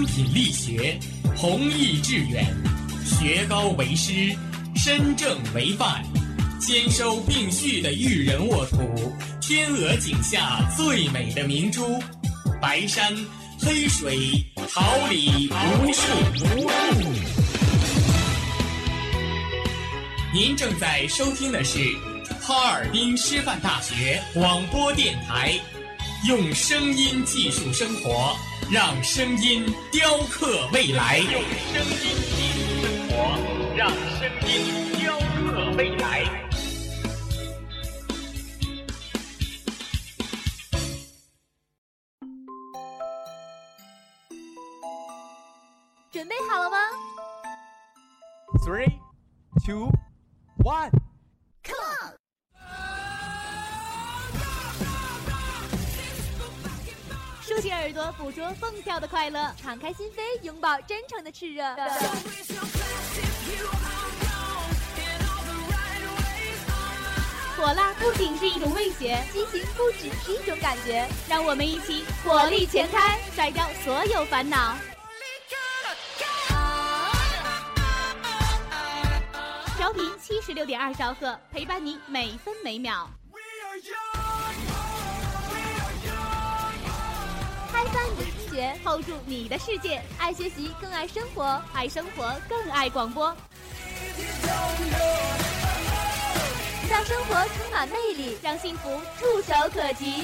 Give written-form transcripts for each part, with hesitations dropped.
敦品力学，弘毅致远，学高为师，身正为范，兼收并蓄的育人沃土，天鹅颈下最美的明珠，白山黑水，桃李无数。您正在收听的是哈尔滨师范大学广播电台，用声音技术生活，让声音雕刻未来。用声音技术生活，让声音雕刻未来。 准备好了吗 ？3, 2, 1, Come on！ 竖起耳朵，捕捉蹦跳的快乐，敞开心扉，拥抱真诚的炽热。火辣不仅是一种味觉，激情不只是一种感觉。让我们一起火力全开，甩掉所有烦恼。调频76.2兆赫，陪伴你每分每秒。开放你的听觉 ，hold 住你的世界。爱学习，更爱生活；爱生活，更爱广播。让生活充满魅力，让幸福触手可及。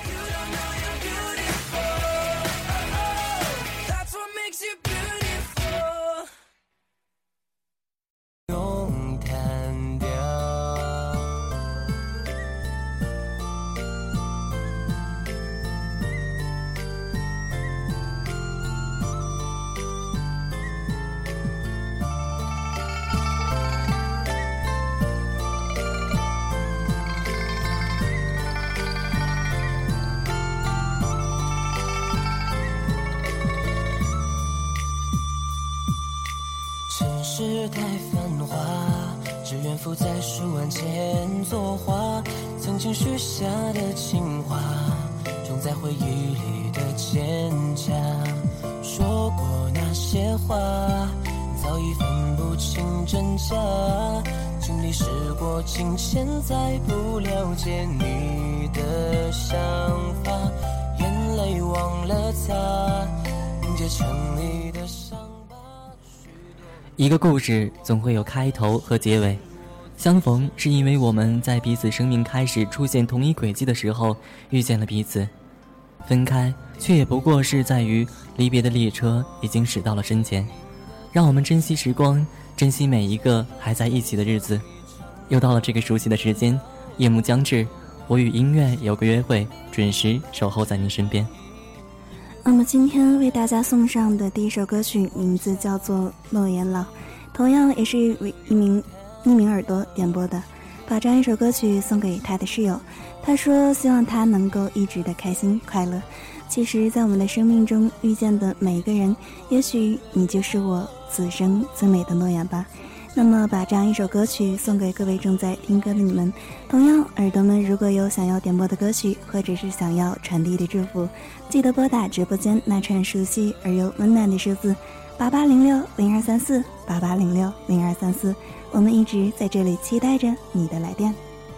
世态繁华，只愿伏在书案前作画，曾经许下的情话，种在回忆里的蒹葭。说过那些话，早已分不清真假，经历时过境迁，再不了解你的想法，眼泪忘了擦，凝结成你的伤。 一个故事总会有开头和结尾，相逢是因为我们在彼此生命开始出现同一轨迹的时候遇见了彼此，分开却也不过是在于离别的列车已经驶到了身前。让我们珍惜时光，珍惜每一个还在一起的日子。又到了这个熟悉的时间，夜幕将至，我与音乐有个约会，准时守候在您身边。 那么今天为大家送上的第一首歌曲名字叫做《诺言老》，同样也是一名匿名耳朵点播的，把这样一首歌曲送给他的室友。他说希望他能够一直的开心快乐。其实在我们的生命中遇见的每一个人，也许你就是我此生最美的诺言吧。那么把这样一首歌曲送给各位正在听歌的你们。同样耳朵们如果有想要点播的歌曲，或者是想要传递的祝福，记得拨打直播间那串熟悉而又温暖的数字88060234 88060234，我们一直在这里期待着你的来电。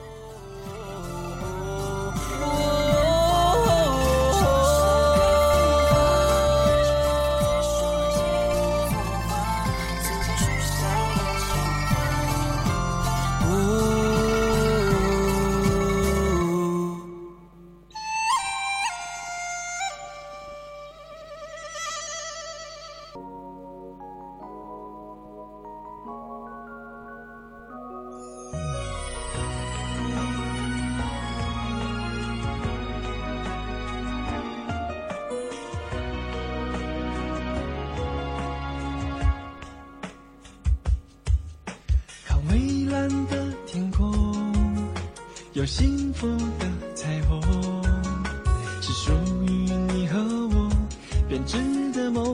有幸福的彩虹，是属于你和我编织的梦，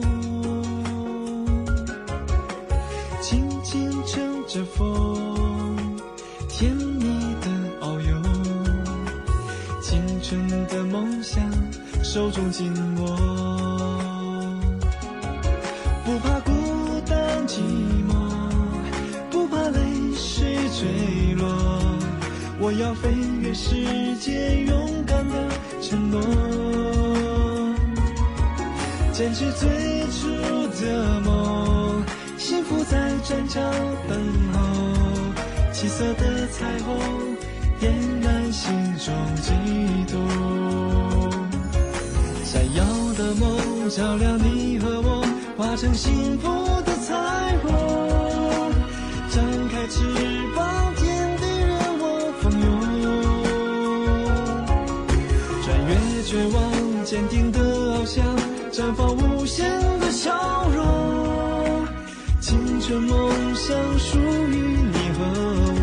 轻轻乘着风，甜蜜的遨游，青春的梦想手中紧握。 寂寞，不怕泪水坠落，我要飞越世界，勇敢的承诺，坚持最初的梦，幸福在转角等候，七色的彩虹点燃心中悸动，闪耀的梦照亮你和我，化成幸福的彩虹，张开翅膀，天地任我蜂拥，穿越绝望，坚定的翱翔，绽放无限的笑容，青春梦想属于你和我。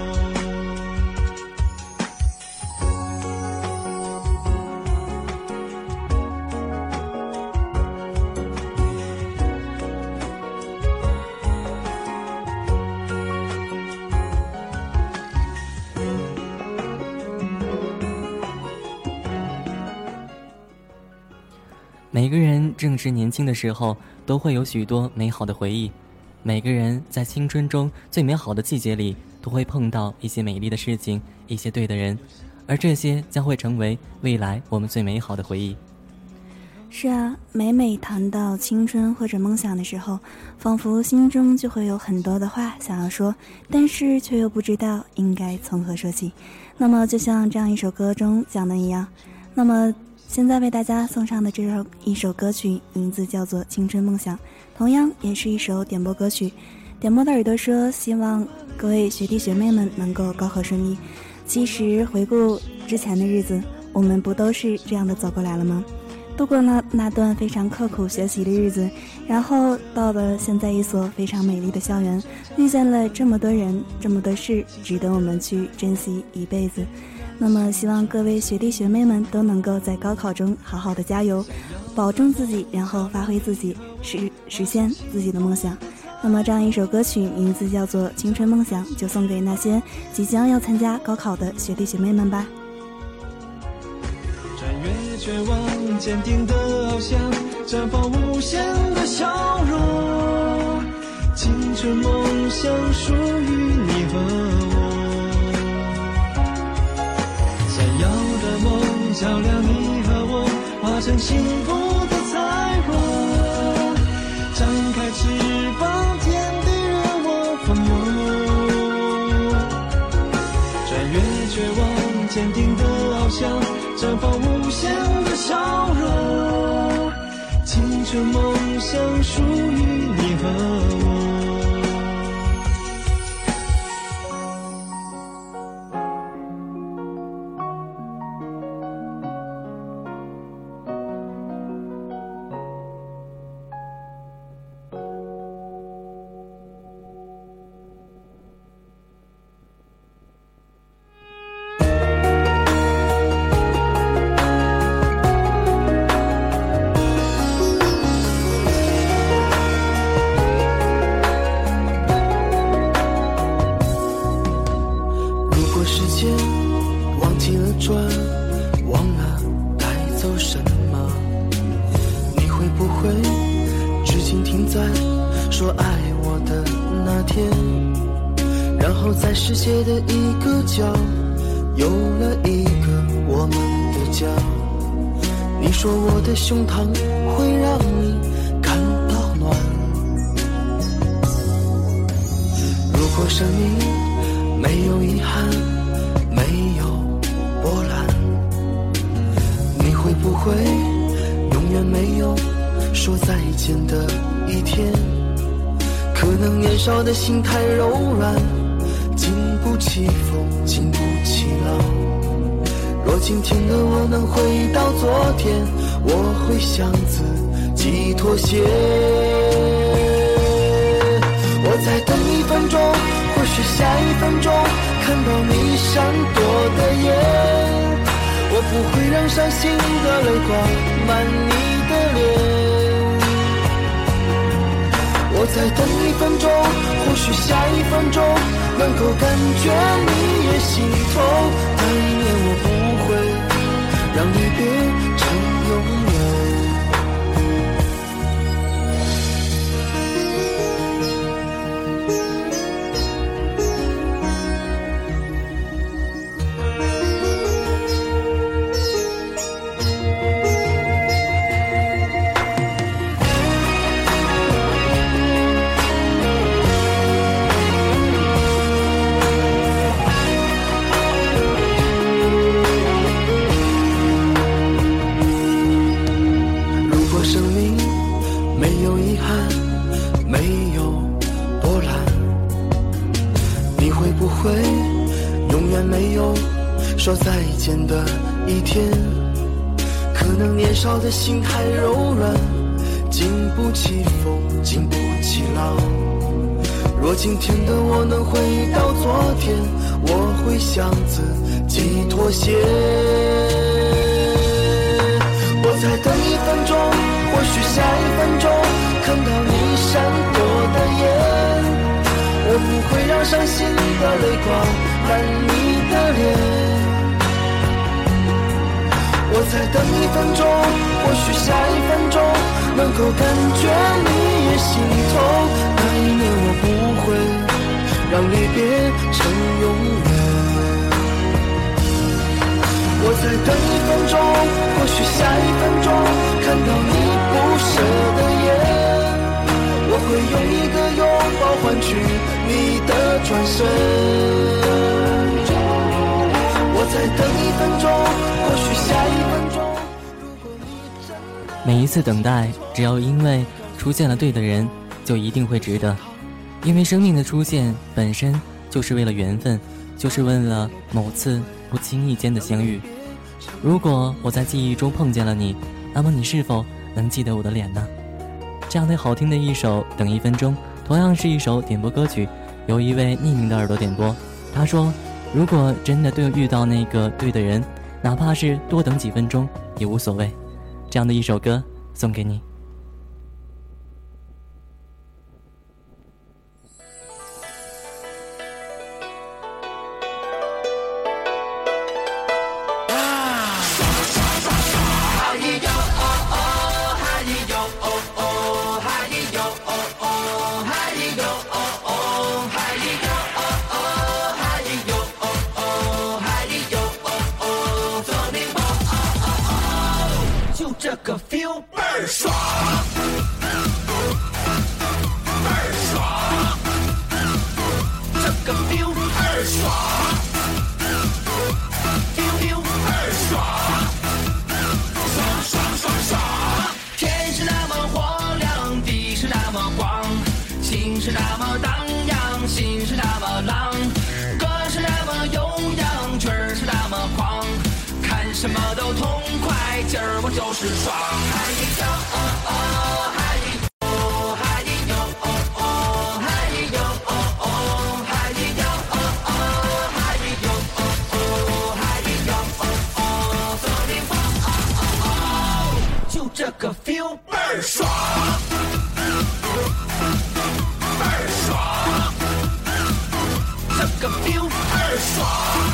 每个人正值年轻的时候，都会有许多美好的回忆。每个人在青春中最美好的季节里，都会碰到一些美丽的事情，一些对的人，而这些将会成为未来我们最美好的回忆。 是啊，每谈到青春或者梦想的时候，仿佛心中就会有很多的话想要说，但是却又不知道应该从何说起。那么就像这样一首歌中讲的一样，那么现在为大家送上的一首歌曲，名字叫做《青春梦想》，同样也是一首点播歌曲。点播的耳朵说，希望各位学弟学妹们能够高考顺利。其实回顾之前的日子，我们不都是这样的走过来了吗？度过了那段非常刻苦学习的日子，然后到了现在一所非常美丽的校园，遇见了这么多人，这么多事，值得我们去珍惜一辈子。那么希望各位学弟学妹们都能够在高考中好好的加油，保重自己，然后发挥自己，实现自己的梦想。那么这样一首歌曲名字叫做《青春梦想》，就送给那些即将要参加高考的学弟学妹们吧。 穿越绝望，坚定的翱翔，绽放无限的笑容，青春梦想属于你和我，闪耀的梦照亮你和我，化成幸福的彩虹，张开翅膀，天地任我蜂拥，穿越绝望，坚定的翱翔，绽放无限的笑容，青春梦想属于你和我。 在世界的一个角，有了一个我们的家。你说我的胸膛会让你感到暖。如果生命没有遗憾，没有波澜，你会不会永远没有说再见的一天？可能年少的心太柔软，经不起风，经不起浪。若今天的我能回到昨天，我会向自己妥协。我再等1分钟，或许下1分钟看到你闪躲的眼，我不会让伤心的泪挂满你的脸。我再等1分钟，或许下1分钟能够感觉你也心痛，但愿我不会让你变成永远。 生命没有遗憾，没有波澜，你会不会永远没有说再见的一天？可能年少的心太柔软，经不起风，经不起浪。若今天的我能回到昨天，我会向自己妥协。我再等1分钟，或许下1分钟看到你闪躲的眼，我不会让伤心的泪光染你的脸。我再等1分钟，或许下1分钟能够感觉你也心痛，那一年我不会让离别成永远。我再等1分钟，或许下1分钟看到你不舍的眼，我会用一个拥抱换取你的转身。我再等1分钟，或许下1分钟。 每一次等待，只要因为出现了对的人，就一定会值得。因为生命的出现本身就是为了缘分，就是为了某次不经意间的相遇。如果我在记忆中碰见了你，那么你是否能记得我的脸呢？这样的好听的一首《等1分钟》，同样是一首点播歌曲，由一位匿名的耳朵点播。他说，如果真的遇到那个对的人，哪怕是多等几分钟也无所谓。这样的一首歌送给你。 这个 feel 倍儿爽，倍儿爽，这个 feel 倍儿爽 ，feel 倍儿爽，爽爽爽爽。天是那么火亮，地是那么广，情是那么荡漾，心是那么浪，歌是那么悠扬，曲儿是那么狂，看什么都痛快，今儿我就是爽。嗨哟哦哦，嗨哟，嗨哟哦哦，嗨哟哦哦，嗨哟哦哦，嗨哟哦哦，嗨哟哦哦，走你我哦哦哦，就这个 feel 倍儿爽，倍儿爽，这个 feel 倍儿爽。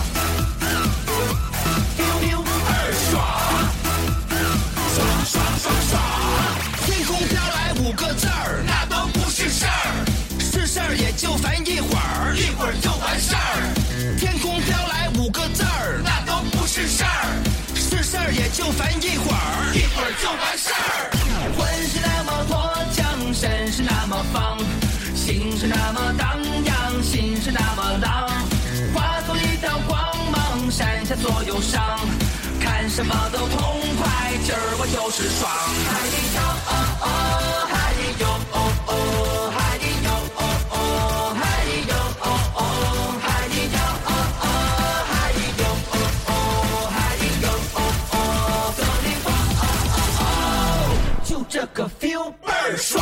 天空飘来5个字儿，那都不是事儿，是事儿也就烦一会儿，一会儿就完事儿。天空飘来5个字儿，那都不是事儿，是事儿也就烦一会儿，一会儿就完事儿。魂是那么脱缰，身是那么放，心是那么荡漾，心是那么浪，化作一道光芒，闪下所有伤。看什么都痛快，今儿我就是爽。嗨哟哦哦，嗨哟哦哦，嗨哟哦哦，嗨哟哦哦，嗨哟哦哦，嗨哟哦哦，嗨哟哦哦，走你我哦哦哦，就这个 feel 倍儿爽，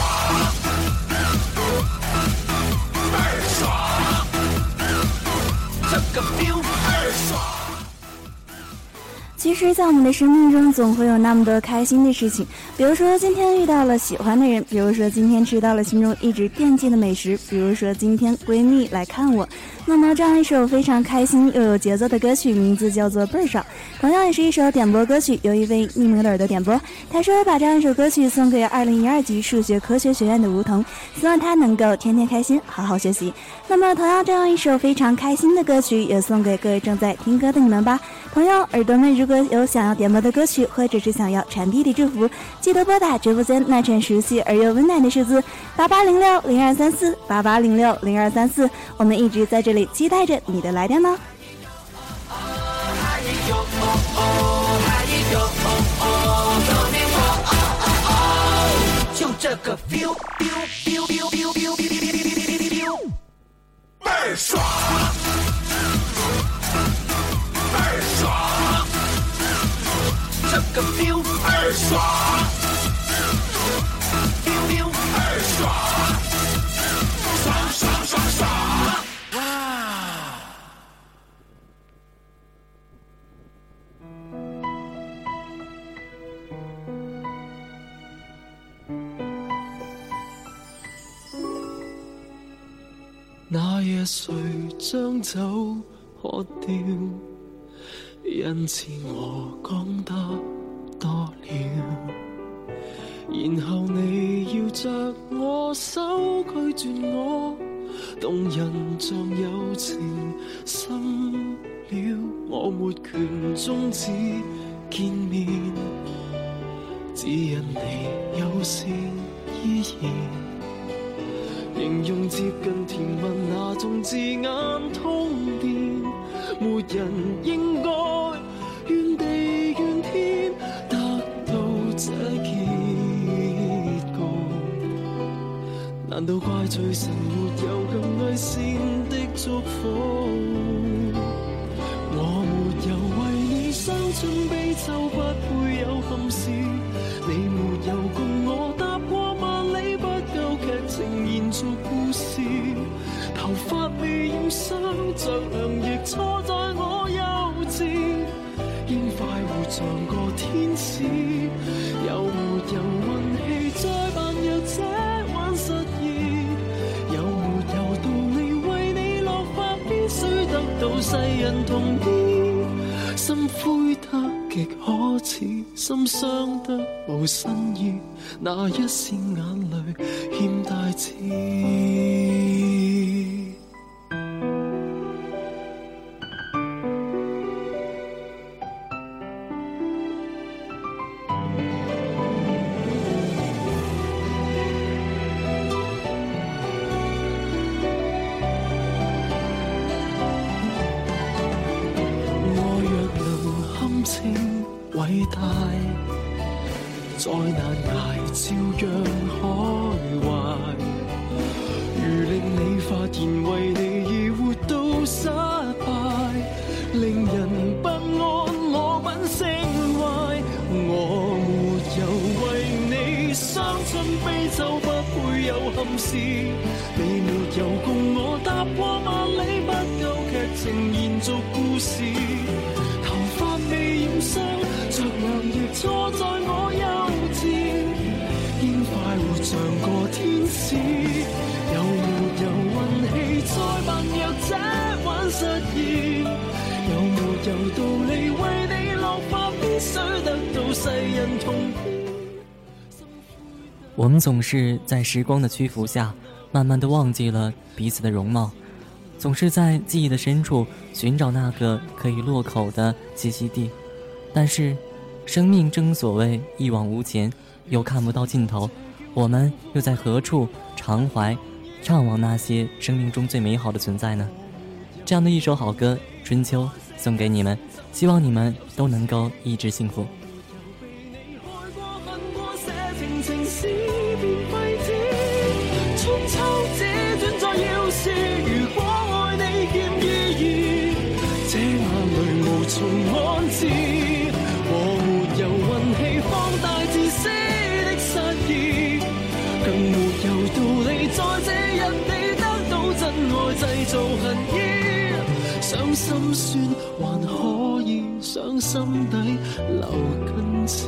倍儿爽，这个 feel 倍儿爽。 其实在我们的生命中总会有那么多开心的事情，比如说今天遇到了喜欢的人，比如说今天吃到了心中一直惦记的美食，比如说今天闺蜜来看我。那么这样一首非常开心又有节奏的歌曲，名字叫做倍儿爽，同样也是一首点播歌曲，由一位匿名的耳朵点播。他说把这样一首歌曲送给2012级数学科学学院的吴桐，希望他能够天天开心，好好学习。那么同样这样一首非常开心的歌曲也送给各位正在听歌的你们吧。同样耳朵们如果有想要点播的歌曲，或者是想要传递的祝福，记得拨打直播间那串熟悉而又温暖的数字88060234 88060234，我们一直在这里期待着你的来电呢。 哦哦， 这个 feel 倍儿爽，倍儿爽，这个 feel 倍儿爽，feel 倍儿爽，爽爽爽爽，哇！ 那夜谁将酒喝掉？因此我讲得多了，然后你要着我手拒绝我，动人像有情深了，我没權終止見面，只因你友善依然。形容接近甜蜜那種字眼通電，沒人應該怨地怨天得到這結局，難道怪罪神沒有更偽善的祝福？我沒有為你傷春悲秋，不配有憾事，你沒有共我踏過萬里，不夠劇情延續故事，頭髮未染霜，着涼亦錯在我幼稚，應快活像個天使，有沒有運氣再扮弱者玩失意，有沒有道理為你落髮必須得到世人同意，心灰得極可恥，心傷得無新意，那一線眼淚欠大志。偉大，再難捱照樣開懷，如令你發現為你而活到失敗，令人不安我品性壞，我沒有為你傷春悲秋，不配有憾事，你沒有共我踏過萬里，不夠劇情延續故事，頭髮未染霜，着涼亦錯在我幼稚，應快活像個天使，有沒有運氣再扮弱者玩失意，有沒有道理為你落髮必須得到世人同意。 我们总是在时光的屈服下，慢慢地忘记了彼此的容貌，总是在记忆的深处寻找那个可以落口的栖息地，但是生命正所谓一往无前，又看不到尽头，我们又在何处常怀怅望那些生命中最美好的存在呢？这样的一首好歌《春秋》送给你们，希望你们都能够一直幸福。 春秋只短在要是，如果愛你欠意義，這眼淚無從安置，我沒有運氣放大自私的失意，更沒有道理在這人地得到真愛製造恨意，傷心酸還可以，傷心底留根刺，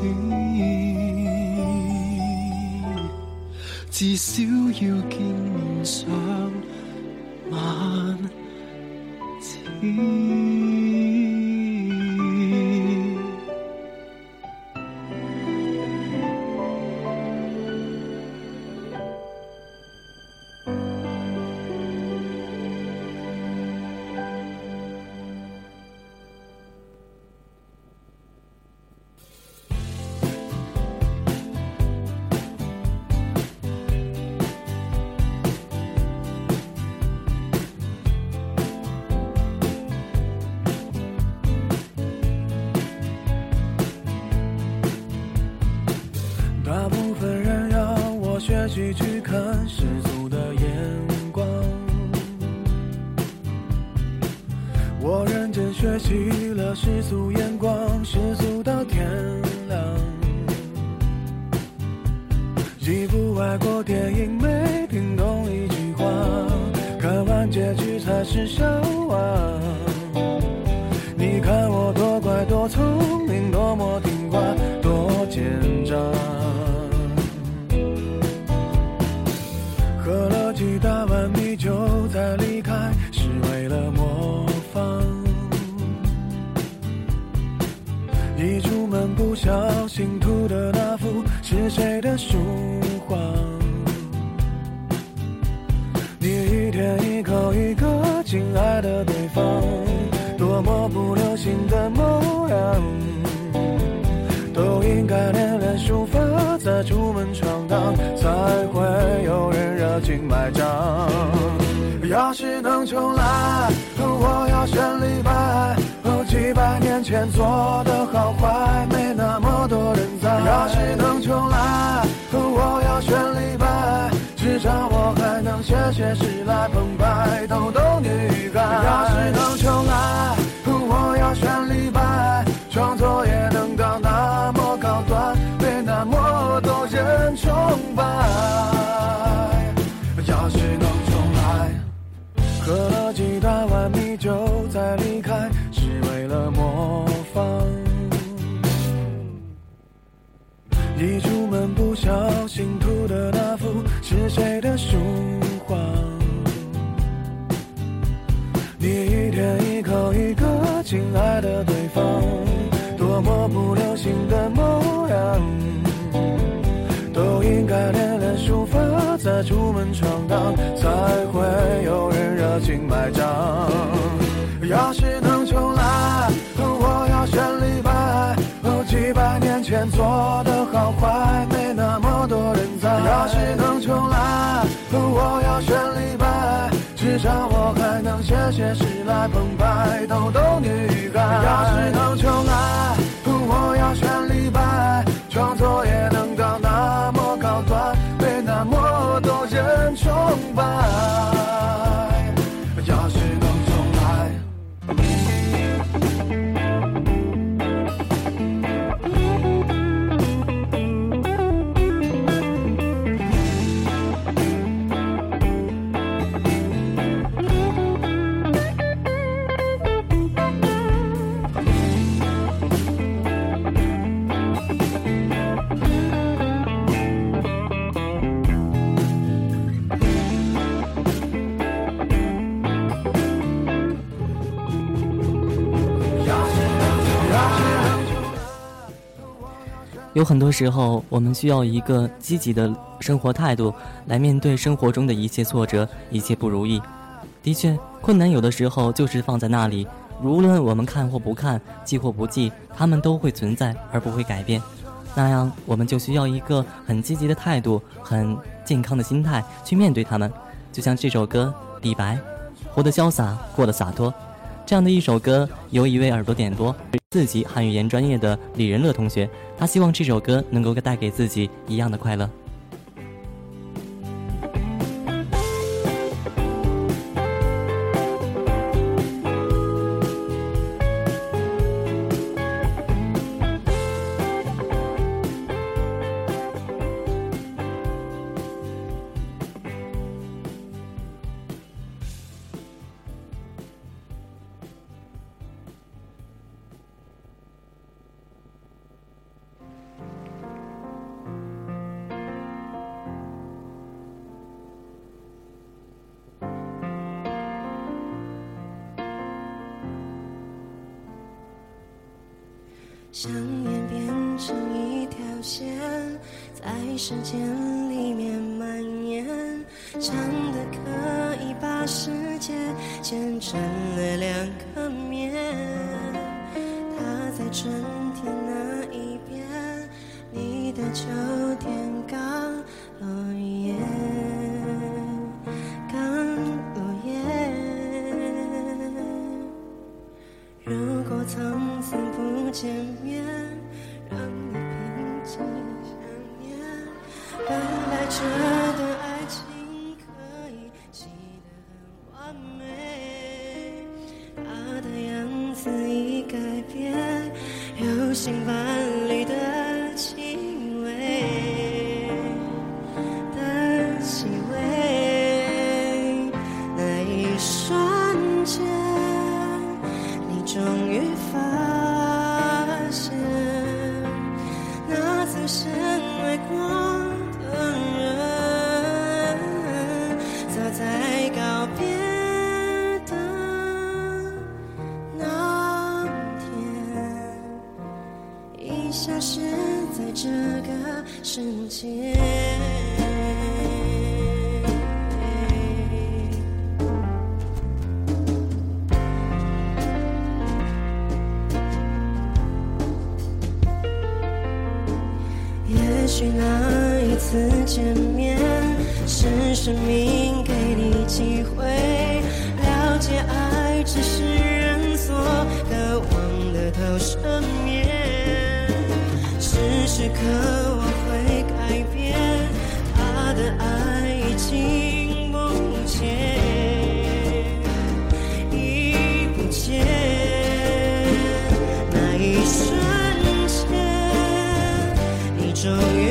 至少要見面上萬次。 大部分人让我选习去看世俗的眼光，我认真学习了世俗眼光，世俗到天亮。一部外国电影没听懂一句话，看完结局才是笑话。你看我多乖多聪明，多么听话，多奸诈。喝了几大碗米酒再离开，是为了模仿。一出门不小心涂的那幅是谁的书画？你一天一口一个亲爱的对方，多么不流行的模样，都应该练练书法，再出门闯荡，才会有人热情买账。要是能重来，我要选李白，几百年前做的好坏，没那么多人在。要是能重来，我要选李白，至少我还能写诗来澎湃逗逗女孩。要是能重来，我要选李白，创作也能到那么高端，被那么多人崇拜。要是能重来，喝了几大碗米酒再离开，是为了模仿。一出门不小心涂的那幅是谁的书画？你一天一口一个亲爱的对方，多么不流行的模样，都应该练练书法，再出门闯荡，才会有人热情买账。要是能重来，我要选李白，几百年前做的好坏，没那么多人在。要是能重来，我要选李白，至少我还能写诗来澎湃逗逗女孩。要是能重来，我要选李白，创作也能到那么高端，被那么多人崇拜。要是能重来， 有很多时候，我们需要一个积极的生活态度来面对生活中的一切挫折、一切不如意。的确，困难有的时候就是放在那里，无论我们看或不看、记或不记，它们都会存在而不会改变。那样，我们就需要一个很积极的态度、很健康的心态去面对它们。就像这首歌《李白》，活得潇洒，过得洒脱。这样的一首歌，由一位耳朵点播，自己汉语言专业的李仁乐同学，他希望这首歌能够带给自己一样的快乐。 想演变成一条线，在时间里面蔓延，长的可以把世界剪成了两个面。它在春天那一边，你的秋天刚落叶，刚落叶。如果从此不见面，让你平静想念，本来这世界。也许那一次见面是生命给你机会了解爱，只是人所渴望的逃生眠。时刻我会改变，他的爱已经不见，已不见。那一瞬间，你终于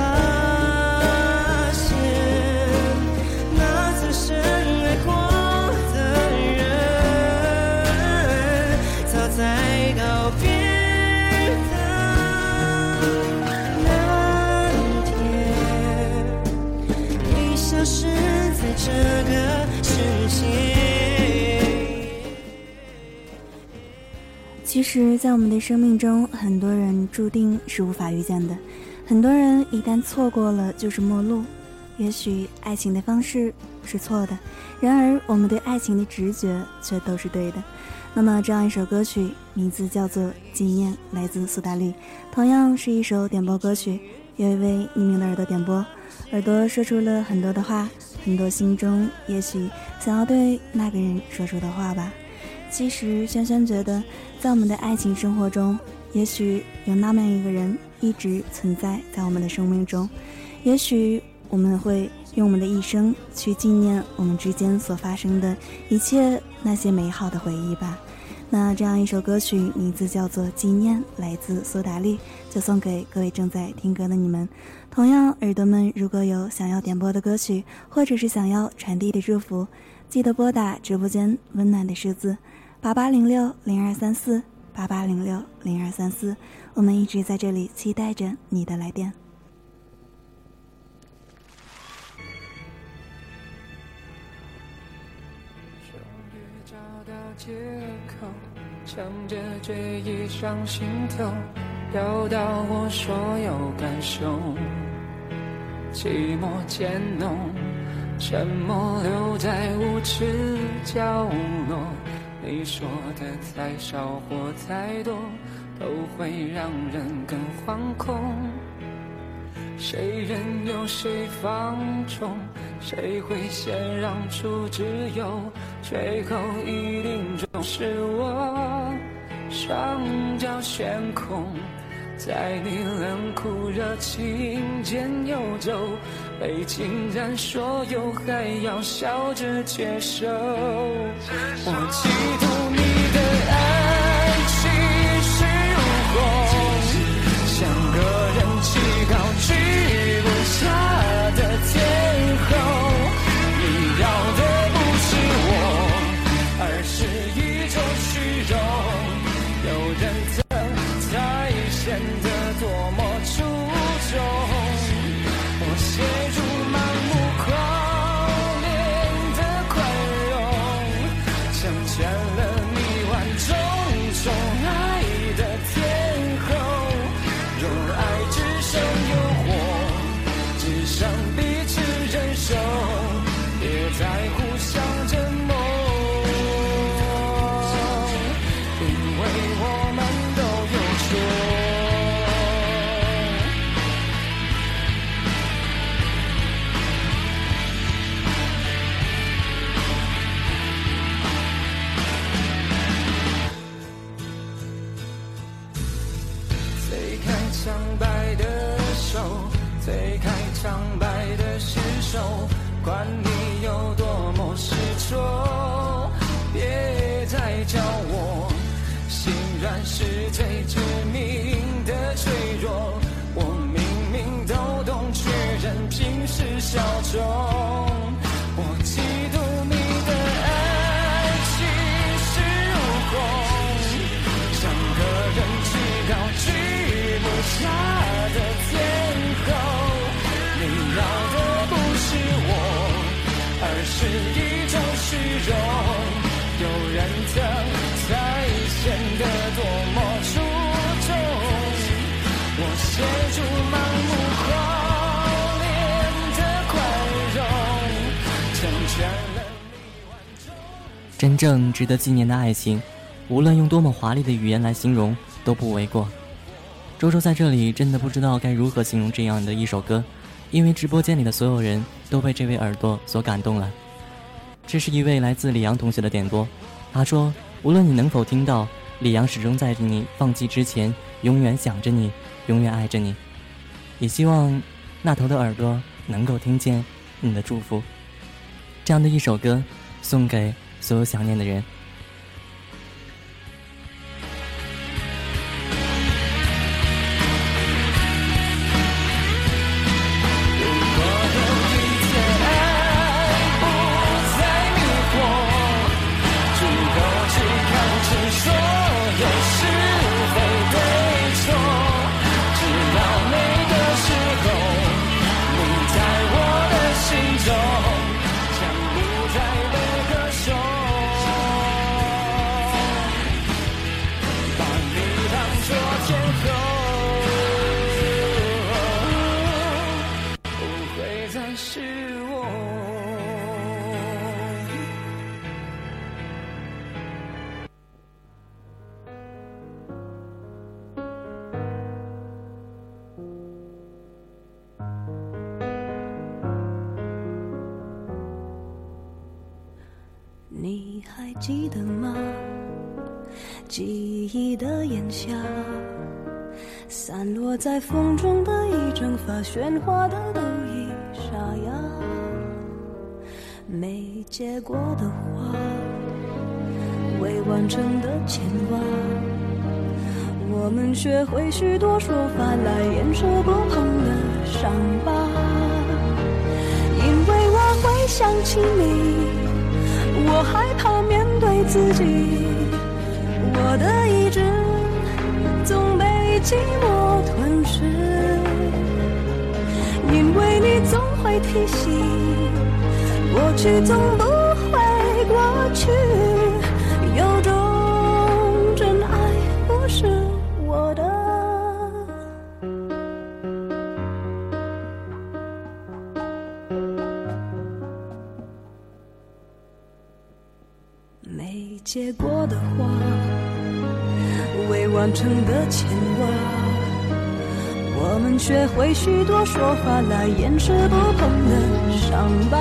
发现，那曾深爱过的人，早在告别是在这个世界。 其实在我们的生命中，很多人注定是无法遇见的，很多人一旦错过了就是陌路。也许爱情的方式是错的，然而我们对爱情的直觉却都是对的。那么这样一首歌曲名字叫做《纪念》，来自苏打绿，同样是一首点播歌曲，有一位匿名的耳朵点播，耳朵说出了很多的话，很多心中也许想要对那个人说出的话吧。其实轩轩觉得，在我们的爱情生活中，也许有那么一个人一直存在在我们的生命中，也许我们会用我们的一生去纪念我们之间所发生的一切那些美好的回忆吧。那这样一首歌曲名字叫做《纪念》，来自苏打绿，就送给各位正在听歌的你们。同样，耳朵们如果有想要点播的歌曲，或者是想要传递的祝福，记得拨打直播间温暖的数字88060234 88060234，我们一直在这里期待着你的来电。 借口强着追忆上心头，表达我所有感受，寂寞渐浓，沉默留在无耻角落。你说的太少或太多，都会让人更惶恐。谁任由谁放纵，谁会先让出自由，最后一定总是我双脚悬空，在你冷酷热情间游走，被侵占所有还要笑着接受。我嫉妒你的爱气势如虹，像个人气高举不下的天后。你要的不是我，而是一种虚荣，有人疼才显得多么出众。我陷入盲目狂恋的宽容，成全了你万种宠爱的天后。若爱只剩诱惑，只剩彼此忍受，别再互相折磨，因为我们都有错。推开苍白的手，推开苍白的尸首，管你有多么执着，别再叫我心软是最致命的脆弱。我明明都懂，却任凭是小众。我嫉妒你的爱气势如虹，像个人气高举不下的天后。你要的不是我，而是一种虚荣，有人疼才显得多么出众。我陷入盲目真正值得纪念的爱情，无论用多么华丽的语言来形容都不为过。周周在这里真的不知道该如何形容这样的一首歌，因为直播间里的所有人都被这位耳朵所感动了。这是一位来自李阳同学的点播，他说无论你能否听到，李阳始终在你放弃之前永远想着你，永远爱着你，也希望那头的耳朵能够听见你的祝福。这样的一首歌送给所有想念的人。 你还记得吗？记忆的炎夏，散落在风中的一整发，喧哗的都已沙哑。没结果的花，未完成的牵挂，我们学会许多说法来掩饰不碰的伤疤。因为我会想起你，我害怕面对自己，我的意志总被寂寞吞噬。因为你总会提醒，过去总不会过去，有种真爱不是我的。没结果的花，未完成的牵挂，我们学会许多说法来掩饰不碰的伤疤。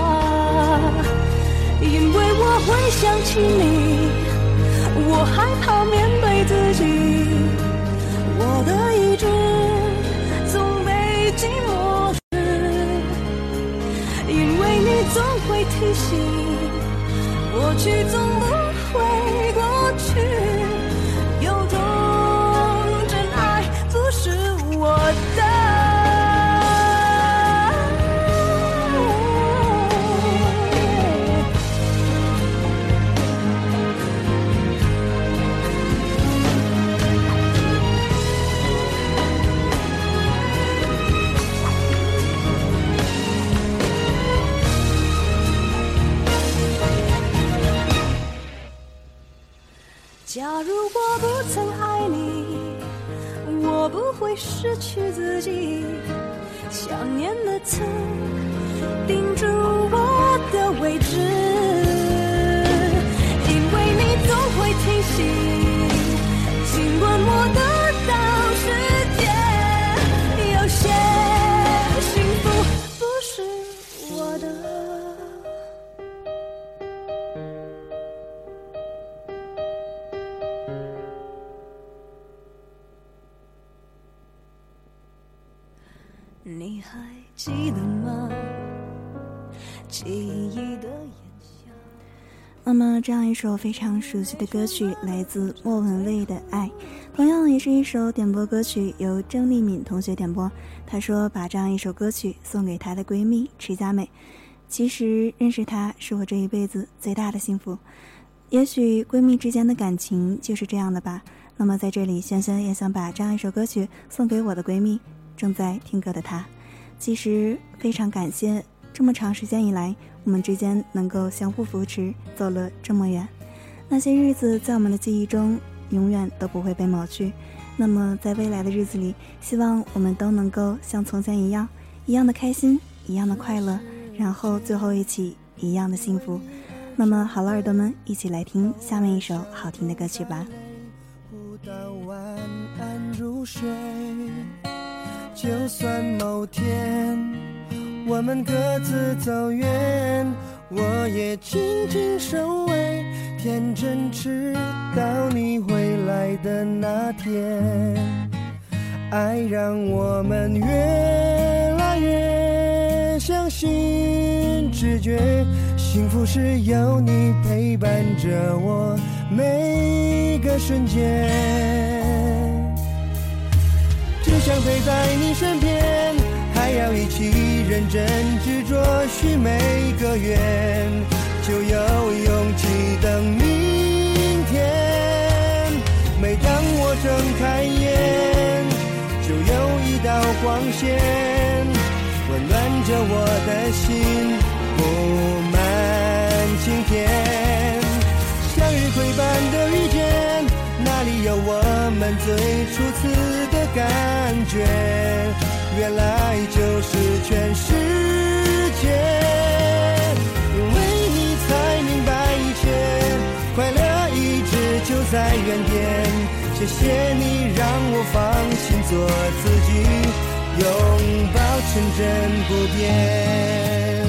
因为我会想起你，我害怕面对自己，我的意志总被寂寞吞噬。因为你总会提醒，过去总不会过去，有种真爱不是我的。假如我不曾爱你，我不会失去自己，想念的刺钉住我的位置。因为你总会提醒，尽管我得到世界，有些幸福不是我的。你还记得吗？记忆的炎夏。 那么这样一首非常熟悉的歌曲来自莫文蔚的爱，同样也是一首点播歌曲，由郑丽敏同学点播。她说把这样一首歌曲送给她的闺蜜池佳美，其实认识她是我这一辈子最大的幸福。也许闺蜜之间的感情就是这样的吧。那么在这里萱萱也想把这样一首歌曲送给我的闺蜜正在听歌的她。其实非常感谢这么长时间以来我们之间能够相互扶持，走了这么远。那些日子在我们的记忆中永远都不会被抹去。那么在未来的日子里，希望我们都能够像从前一样的开心，一样的快乐，然后最后一起一样的幸福。 那么好了，耳朵们，一起来听下面一首好听的歌曲吧。 到晚安入睡，就算某天我们各自走远，我也静静守卫，天真直到你回来的那天。爱让我们越来越相信直觉，幸福是有你陪伴着我每个瞬间，只想陪在你身边，还要一起认真执着许每个愿，就有勇气等明天。每当我睁开眼，就有一道光线温暖着我的心，布满晴天。向日葵般的遇见，哪里有我们最初次的感觉？原来就是全世界，因为你才明白一切，快乐一直就在原点。谢谢你让我放心做自己，拥抱纯真不变。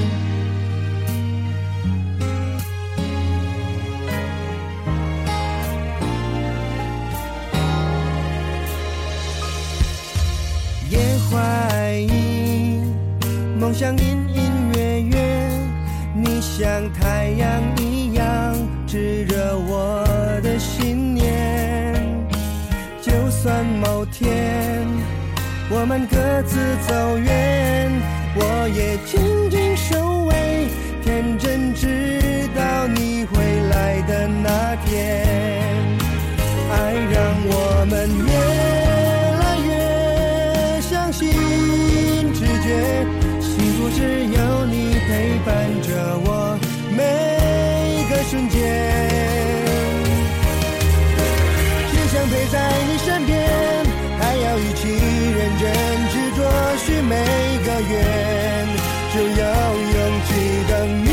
也怀疑梦想隐隐约约，你像太阳一样炙热我的信念。就算某天我们各自走远，我也静静守卫，天真直到你回来的那天。爱让我们越来越相信直觉，幸福是有你陪伴着我每个瞬间。想陪在你身边，还要一起认真执着许每个愿，就有勇气等明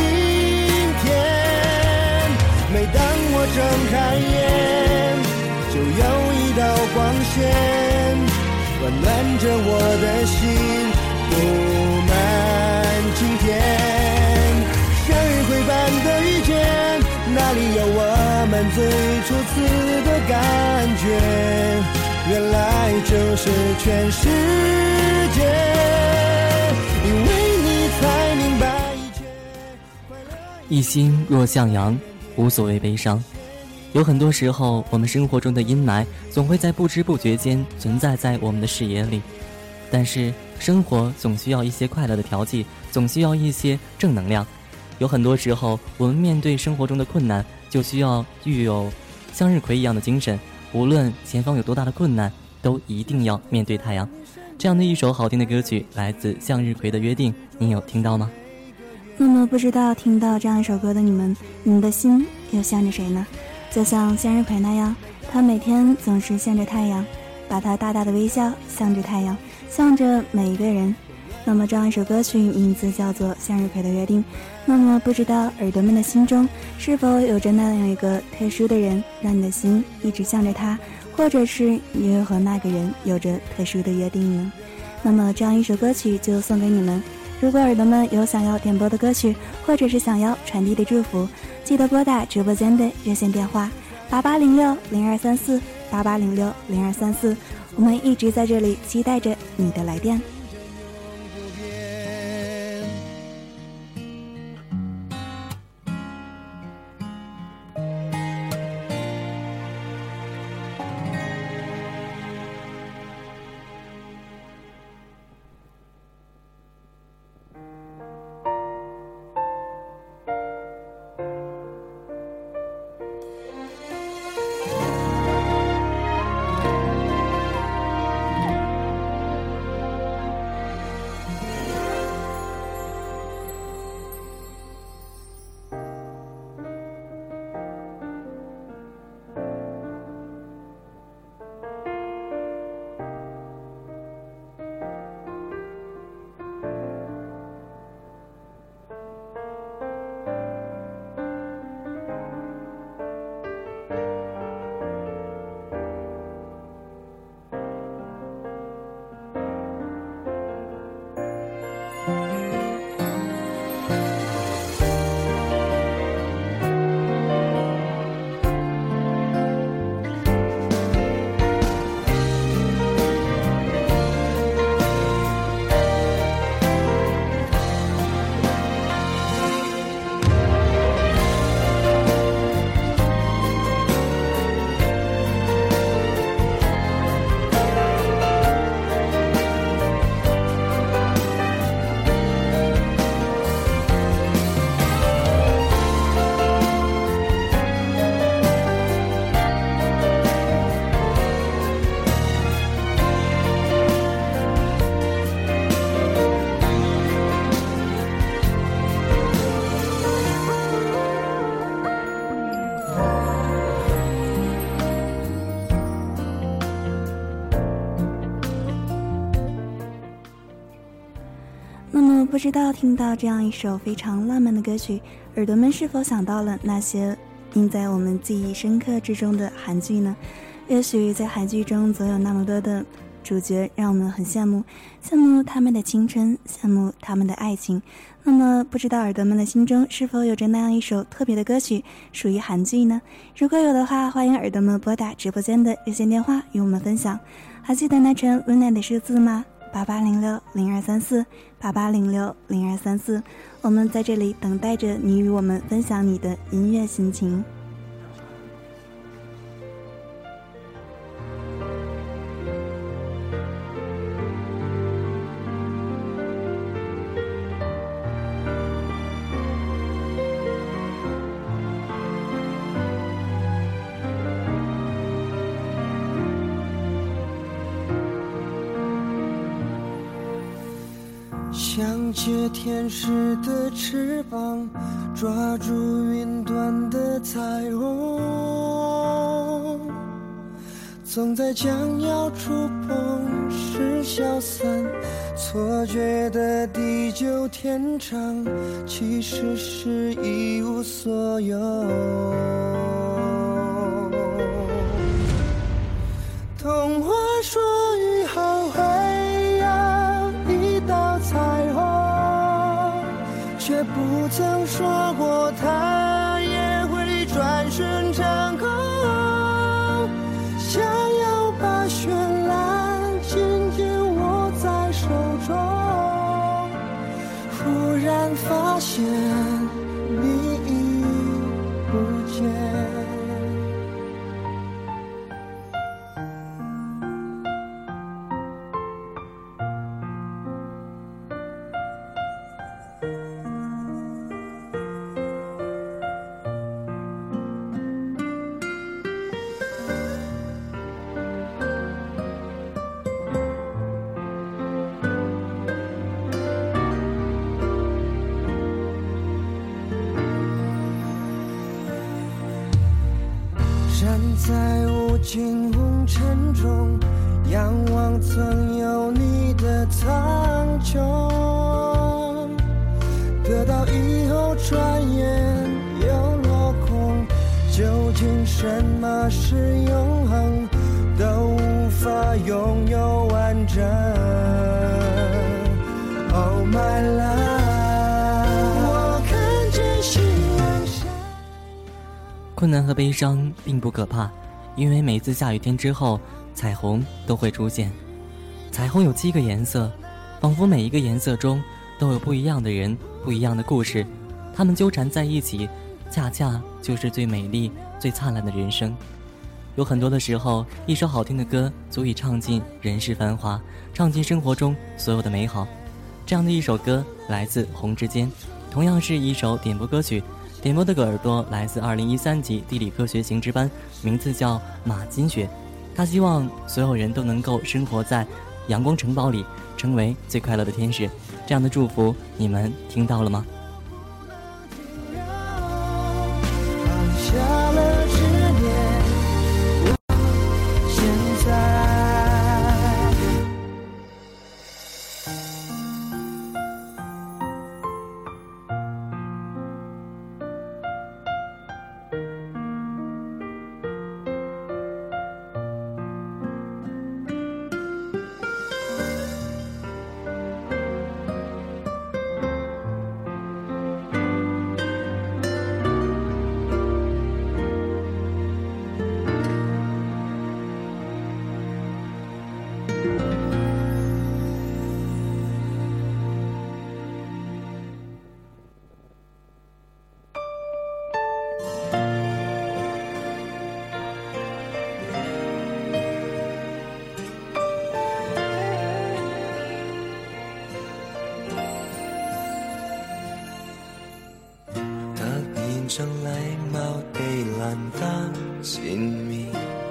天。每当我睁开眼，就有一道光线温暖着我的心，布满晴天。向日葵般的遇见，哪里有我们最初次的感觉？原来就是全世界，因为你才明白一切。 一心若向阳，无所谓悲伤。有很多时候，我们生活中的阴霾总会在不知不觉间存在在我们的视野里，但是生活总需要一些快乐的调剂，总需要一些正能量。有很多时候，我们面对生活中的困难，就需要具有向日葵一样的精神，无论前方有多大的困难，都一定要面对太阳。这样的一首好听的歌曲来自向日葵的约定，你有听到吗？ 那么不知道听到这样一首歌的你们的心又向着谁呢？就像向日葵那样，他每天总是向着太阳，把他大大的微笑向着太阳，向着每一个人。那么这样一首歌曲名字叫做《向日葵的约定》。那么不知道耳朵们的心中是否有着那样一个特殊的人，让你的心一直向着他，或者是你又和那个人有着特殊的约定呢？那么这样一首歌曲就送给你们。如果耳朵们有想要点播的歌曲，或者是想要传递的祝福，记得拨打直播间的热线电话88060234 88060234，我们一直在这里期待着你的来电。 么不知道听到这样一首非常浪漫的歌曲，耳朵们是否想到了那些印在我们记忆深刻之中的韩剧呢？也许在韩剧中总有那么多的主角让我们很羡慕他们的青春，羡慕他们的爱情。那么不知道耳朵们的心中是否有着那样一首特别的歌曲属于韩剧呢？如果有的话，欢迎耳朵们拨打直播间的热线电话与我们分享。还记得那串温暖的数字吗？88060234 88060234，我们在这里等待着你与我们分享你的音乐心情。 像借天使的翅膀，抓住云端的彩虹，总在将要触碰时消散，错觉的地久天长，其实是一无所有。童话说雨后会彩虹，却不曾说过它也会转瞬成空。想要把绚烂紧紧握在手中，忽然发现你已不见。站在无尽红尘中，仰望曾有你的苍穹，得到以后转眼又落空，究竟什么是永恒，都无法拥有完整。 Oh my love， 我看见夕阳下。 困难和悲伤并不可怕，因为每次下雨天之后，彩虹都会出现。彩虹有7个颜色，仿佛每一个颜色中都有不一样的人，不一样的故事，他们纠缠在一起，恰恰就是最美丽、最灿烂的人生。有很多的时候，一首好听的歌足以唱尽人世繁华，唱尽生活中所有的美好。这样的一首歌来自红之间，同样是一首点播歌曲，点播的个耳朵来自2013级地理科学行知班，名字叫马金雪。他希望所有人都能够生活在阳光城堡里，成为最快乐的天使。这样的祝福你们听到了吗？ 下了执念，现在像禮貌地難得見面，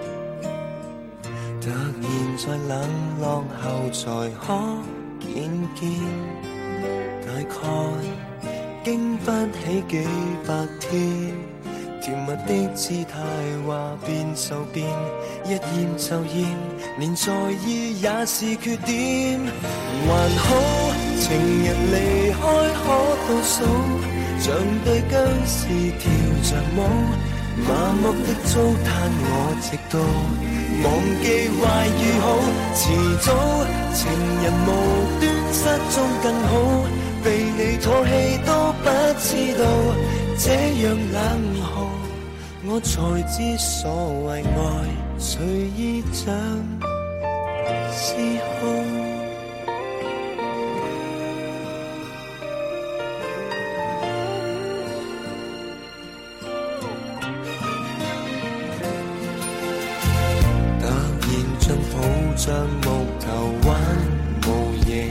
突然在冷落後才可見見，大概經不起幾百天，甜蜜的姿態話變就變，一厭就厭，連在意也是缺點，還好。 情人離開可倒數，像對僵屍跳着舞，麻木的糟蹋我，直到忘記壞與好。遲早情人無端失蹤更好，被你唾棄都不知道，這樣冷酷，我才知所謂愛隨意像嗜好。像木頭玩模型，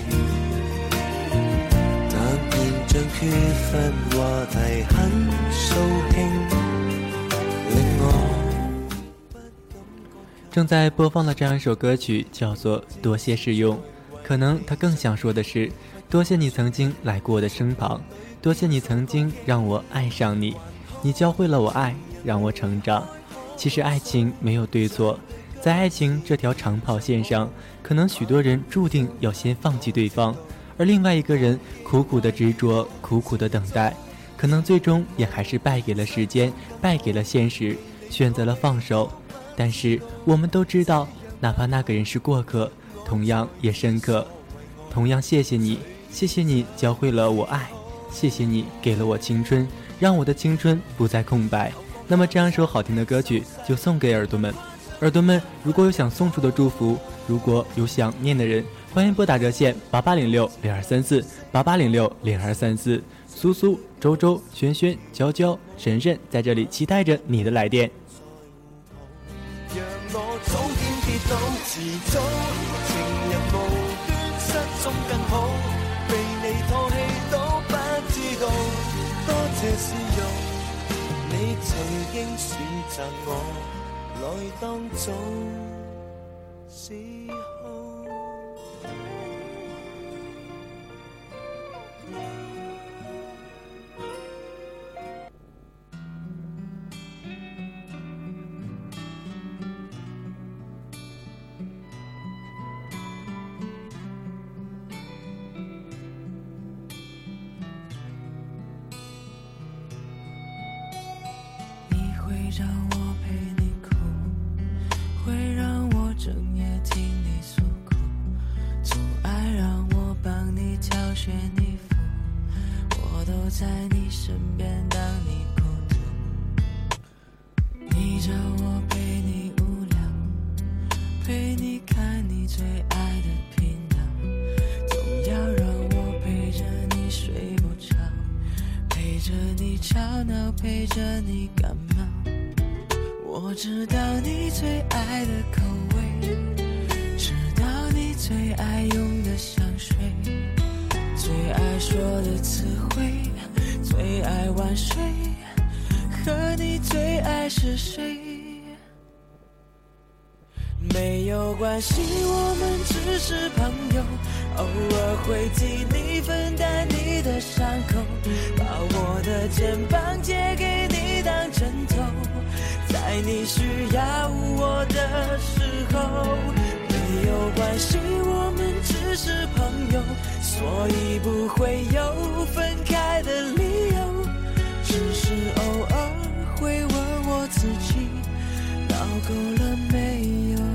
突然像缺乏話題很掃興，令我正在播放的这样一首歌曲叫做《多谢试用》，可能他更想说的是多谢你曾经来过我的身旁，多谢你曾经让我爱上你，你教会了我爱，让我成长。其实爱情没有对错，在爱情这条长跑线上，可能许多人注定要先放弃对方，而另外一个人苦苦的执着，苦苦的等待，可能最终也还是败给了时间，败给了现实，选择了放手。但是我们都知道，哪怕那个人是过客，同样也深刻。同样谢谢你，谢谢你教会了我爱，谢谢你给了我青春，让我的青春不再空白。那么这样一首好听的歌曲就送给耳朵们。耳朵们，如果有想送出的祝福，如果有想念的人，欢迎拨打热线8806-0234 8806-0234。苏苏、周周、轩轩、娇娇、晨晨在这里期待着你的来电。 讓我早點跌倒，遲早情人無端失蹤更好，被你唾棄都不知道，多謝試用，你曾經選擇我來當做嗜好。 让我陪你哭，会让我整夜听你诉苦，总爱让我帮你挑选衣服，我都在你身边当你孤独。你叫我陪你无聊，陪你看你最爱的频道，总要让我陪着你睡不着，陪着你吵闹，陪着你感冒。我知道你最爱的口味，知道你最爱用的香水，最爱说的词汇，最爱晚睡，和你最爱是谁？没有关系，我们只是朋友，偶尔会替你分担你的伤口，把我的肩膀借给你当枕头，在你需要我的时候。没有关系，我们只是朋友，所以不会有分开的理由，只是偶尔会问我自己闹够了没有。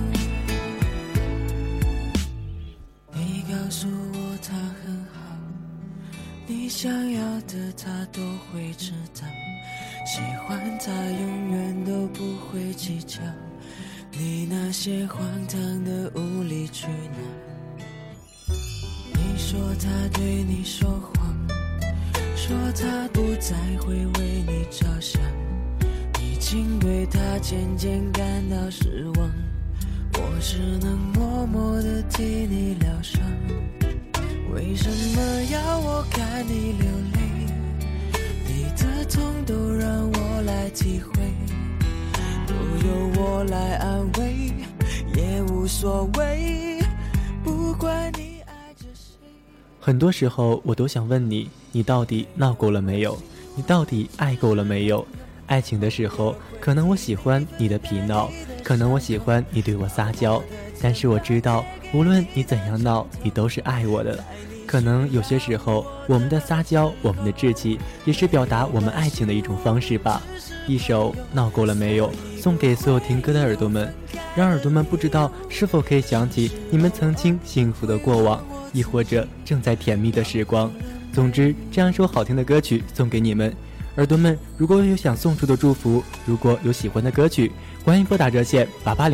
你告诉我他很好，你想要的他都会知道，喜欢他永远都不会计较，你那些荒唐的无理取闹。你说他对你说谎，说他不再会为你着想，已经对他渐渐感到失望，我只能默默地替你疗伤。为什么要我看你流泪？你的痛都让我来体会，都由我来安慰，也无所谓，不管你爱着谁。 很多时候我都想问你，你到底闹够了没有？你到底爱够了没有？爱情的时候，可能我喜欢你的皮闹，可能我喜欢你对我撒娇，但是我知道无论你怎样闹，你都是爱我的。 可能有些时候，我们的撒娇，我们的稚气，也是表达我们爱情的一种方式吧。一首闹够了没有，送给所有听歌的耳朵们，让耳朵们不知道是否可以想起你们曾经幸福的过往，亦或者正在甜蜜的时光。总之，这样一首好听的歌曲送给你们，耳朵们。如果有想送出的祝福，如果有喜欢的歌曲，欢迎拨打热线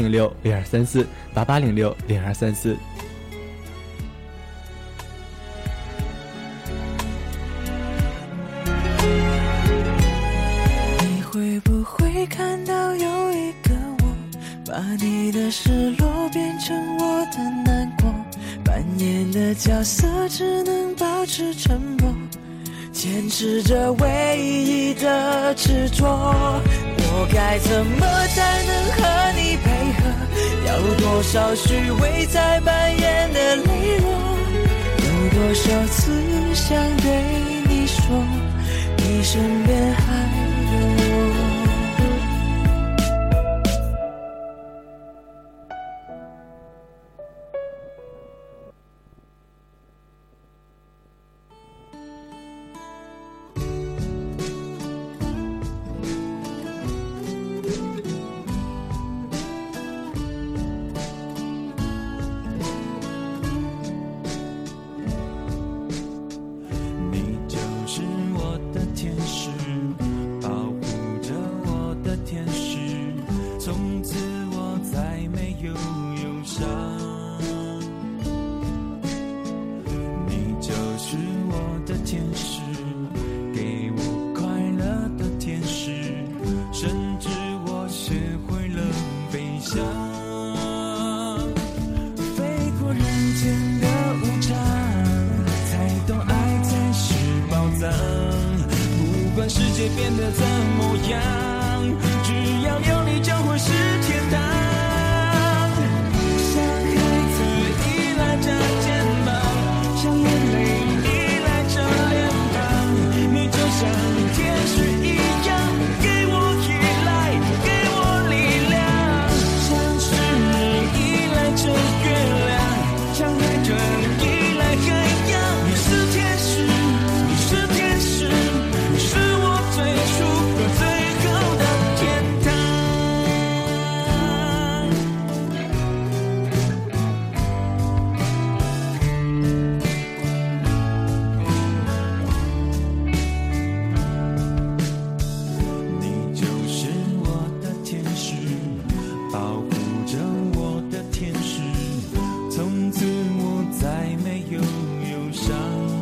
8806-0234，8806-0234。 会不会看到有一个我，把你的失落变成我的难过，扮演的角色只能保持沉默，坚持着唯一的执着。我该怎么才能和你配合？要多少虚伪才扮演的羸弱？有多少次想对你说，你身边还有我。 世界变得怎么样，只要有你就会是天堂。像孩子依赖着肩膀，像眼泪依赖着脸庞，你就像天使一样，给我依赖，给我力量。像是你依赖着月亮，像海豚依赖海洋。你是天使，你是天使，你是我最初和最后的天堂。你就是我的天使，保护着我的天使，从此我再没有忧伤。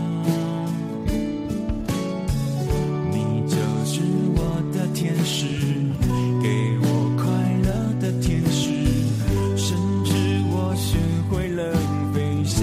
你就是我的天使，给我快乐的天使，甚至我学会了飞翔，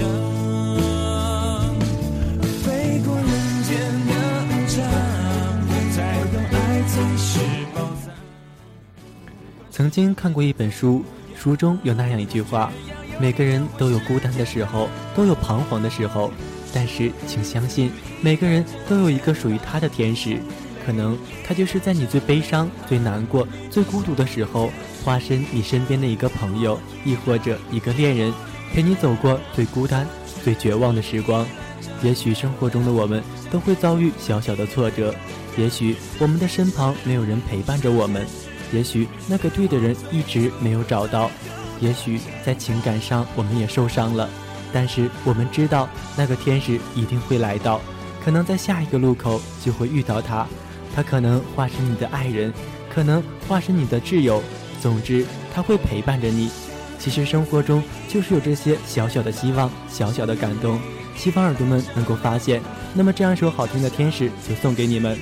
飞过人间的无常，才懂爱才是宝藏。 曾经看过一本书，书中有那样一句话：每个人都有孤单的时候，都有彷徨的时候，但是请相信，每个人都有一个属于他的天使。可能他就是在你最悲伤、最难过、最孤独的时候，化身你身边的一个朋友，亦或者一个恋人，陪你走过最孤单、最绝望的时光。也许生活中的我们都会遭遇小小的挫折，也许我们的身旁没有人陪伴着我们，也许那个对的人一直没有找到，也许在情感上我们也受伤了，但是我们知道那个天使一定会来到，可能在下一个路口就会遇到他，他可能化身你的爱人，可能化身你的挚友，总之他会陪伴着你。其实生活中就是有这些小小的希望，小小的感动，希望耳朵们能够发现。那么这样一首好听的天使就送给你们。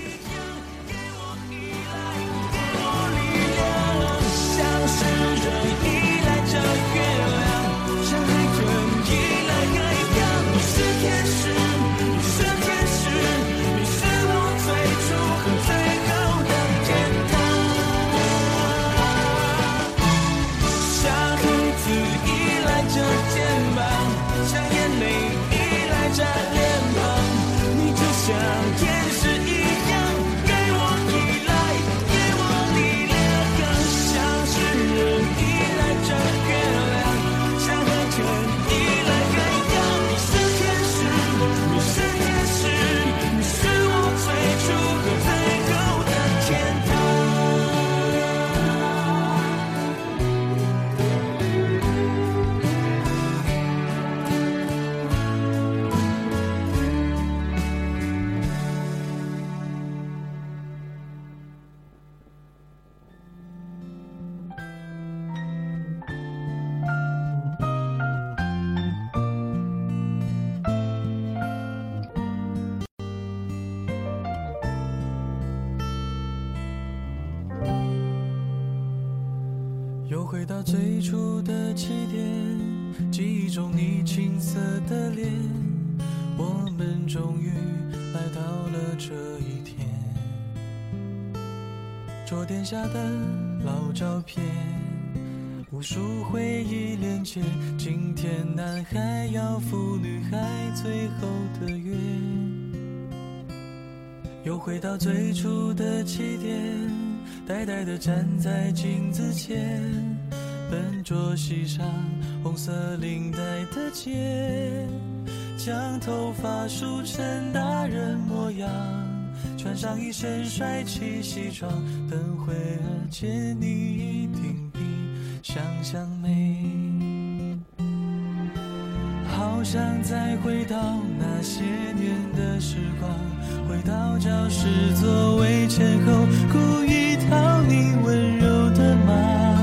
像天使一样， 回到最初的起点，记忆中你青涩的脸，我们终于来到了这一天。桌垫下的老照片，无数回忆连接，今天男孩要赴女孩最后的约。又回到最初的起点，呆呆地站在镜子前，笨拙系上红色领带的结，将头发梳成大人模样，穿上一身帅气西装，等会儿见你一定比想象美。好想再回到那些年的时光，回到教室座位前后，故意讨你温柔的骂，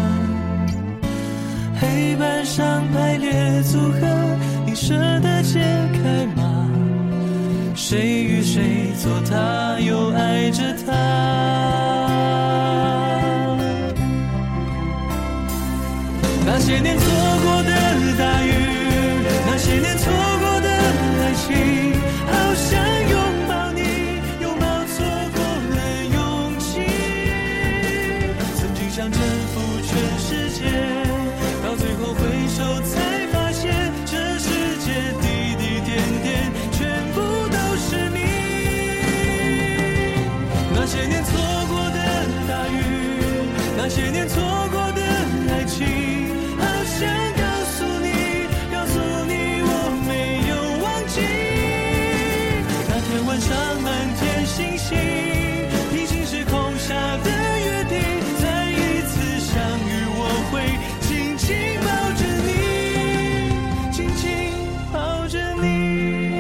黑板上排列组合，你舍得解开吗？谁与谁做他又爱着他，那些年错过的大雨，那些年错过的爱情，好想拥抱你，拥抱错过了勇气。曾经想征服全世界，到最后回首才发现，这世界滴滴点点全部都是你。那些年错过的大雨，那些年错过的爱情，好想告诉你，告诉你我没有忘记。那天晚上满天星星，平行时空下的约定，再一次相遇我会紧紧抱着你，紧紧抱着你。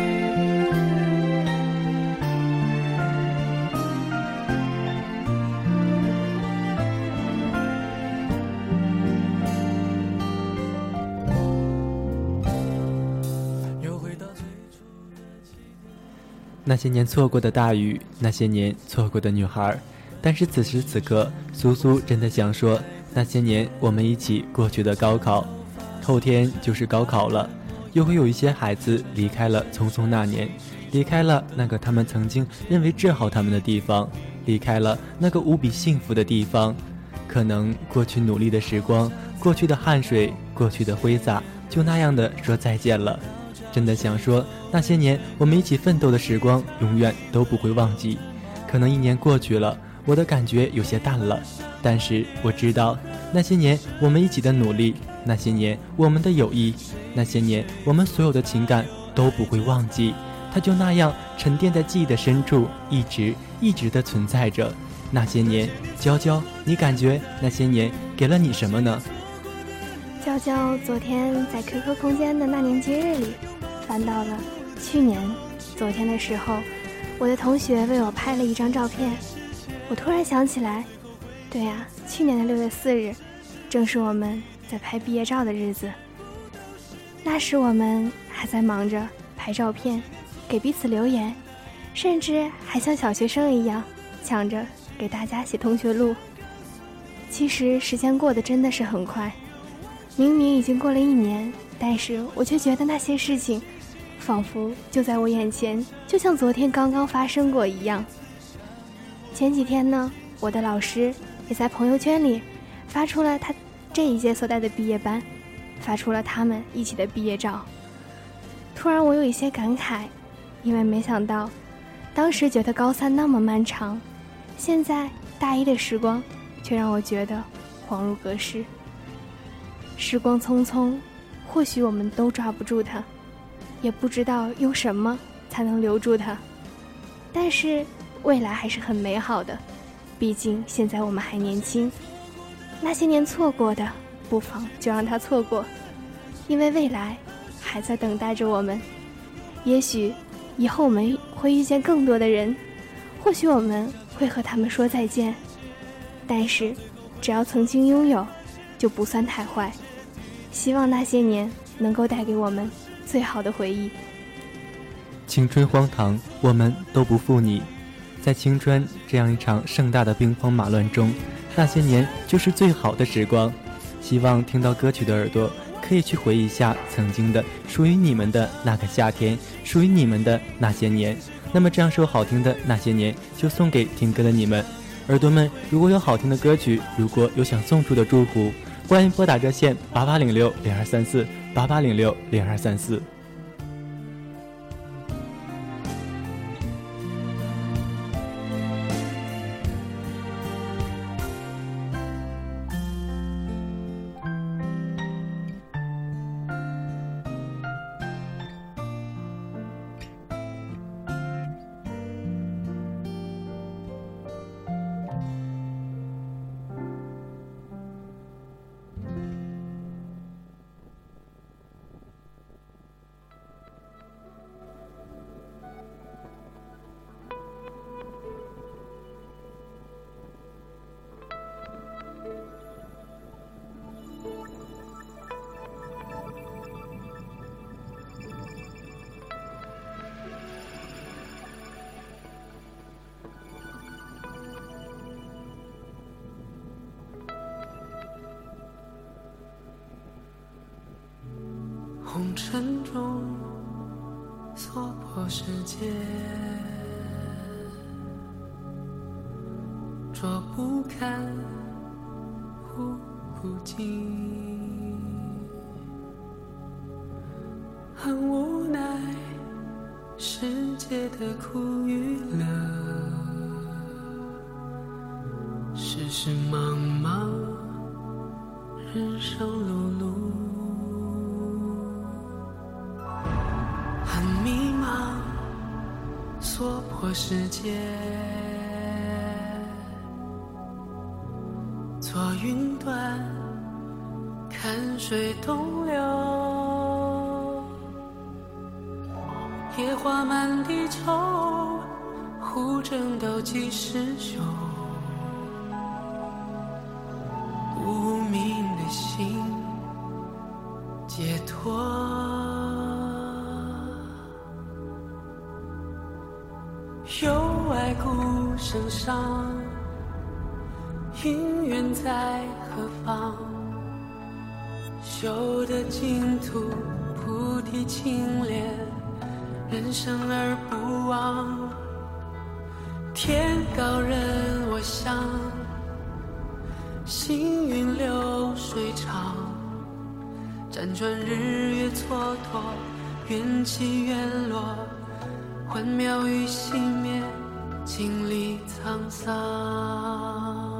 那些年错过的大雨，那些年错过的女孩，但是此时此刻，苏苏真的想说，那些年我们一起过去的高考，后天就是高考了，又会有一些孩子离开了匆匆那年，离开了那个他们曾经认为治好他们的地方，离开了那个无比幸福的地方。可能过去努力的时光，过去的汗水，过去的挥洒，就那样的说再见了。真的想说，那些年我们一起奋斗的时光永远都不会忘记。可能1年过去了，我的感觉有些淡了，但是我知道那些年我们一起的努力，那些年我们的友谊，那些年我们所有的情感都不会忘记，它就那样沉淀在记忆的深处，一直的存在着。那些年，娇娇，你感觉那些年给了你什么呢？ 娇娇昨天在 QQ 空间的那年今日里翻到了去年昨天的时候，我的同学为我拍了一张照片。我突然想起来，对呀，去年的6月4日正是我们在拍毕业照的日子。那时我们还在忙着拍照片，给彼此留言，甚至还像小学生一样抢着给大家写同学录。其实时间过得真的是很快，明明已经过了1年，但是我却觉得那些事情仿佛就在我眼前，就像昨天刚刚发生过一样。前几天呢，我的老师也在朋友圈里发出了他这一届所带的毕业班，发出了他们一起的毕业照。突然我有一些感慨，因为没想到当时觉得高3那么漫长，现在大1的时光却让我觉得恍如隔世。时光匆匆，或许我们都抓不住它，也不知道用什么才能留住它，但是未来还是很美好的，毕竟现在我们还年轻。那些年错过的，不妨就让它错过，因为未来还在等待着我们。也许以后我们会遇见更多的人，或许我们会和他们说再见，但是只要曾经拥有，就不算太坏。希望那些年能够带给我们最好的回忆。 青春荒唐，我们都不负你。在青春这样一场盛大的兵荒马乱中，那些年就是最好的时光。 希望听到歌曲的耳朵可以去回忆一下曾经的属于你们的那个夏天，属于你们的那些年。那么这样首好听的那些年就送给听歌的你们。耳朵们，如果有好听的歌曲，如果有想送出的祝福，欢迎拨打热线8806-0234 8806-0234。 红尘中锁破世界，捉不看护不尽，很无奈世界的苦与乐，世事茫茫，人生碌碌，很迷茫，锁破世界，做云端，看水东流，野花满地愁，胡争斗几时休？无名的心解脱，有爱孤身上，姻缘在何方？修得净土，菩提清莲，人生而不忘。天高任我想，行云流水长，辗转日月蹉跎，缘起缘落，幻妙与熄灭，经历沧桑。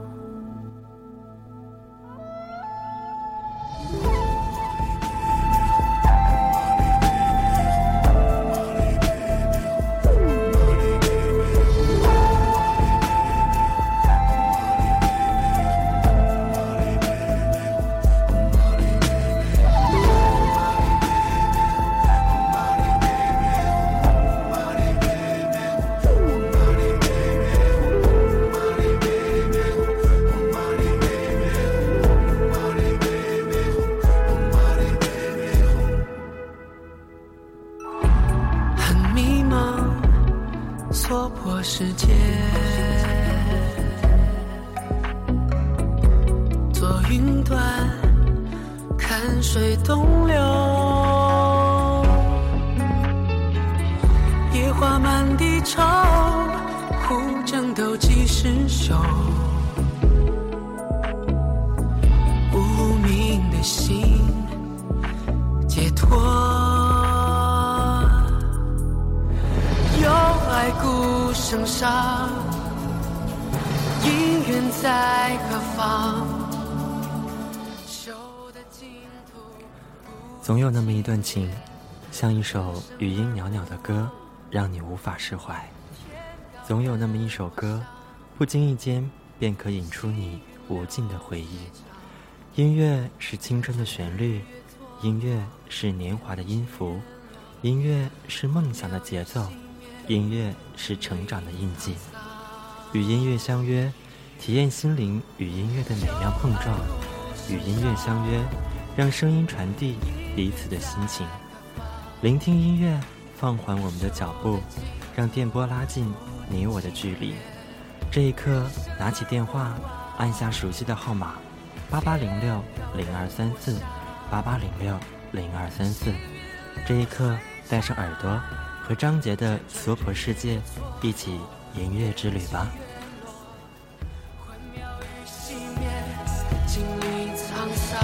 锁破世界，坐云端，看水东流，野花满地愁，胡争斗几时休？无名的心解脱，爱孤身上，姻缘在何方？ 总有那么一段情，像一首语音袅袅的歌，让你无法释怀。总有那么一首歌，不经意间便可引出你无尽的回忆。音乐是青春的旋律，音乐是年华的音符，音乐是梦想的节奏，音乐是成长的印记。与音乐相约，体验心灵与音乐的美妙碰撞。与音乐相约，让声音传递彼此的心情。聆听音乐，放缓我们的脚步，让电波拉近你我的距离。这一刻，拿起电话，按下熟悉的号码， 8806-0234，8806-0234。这一刻，带上耳朵，和张杰的《娑婆世界》一起音乐之旅吧。 经历沧桑。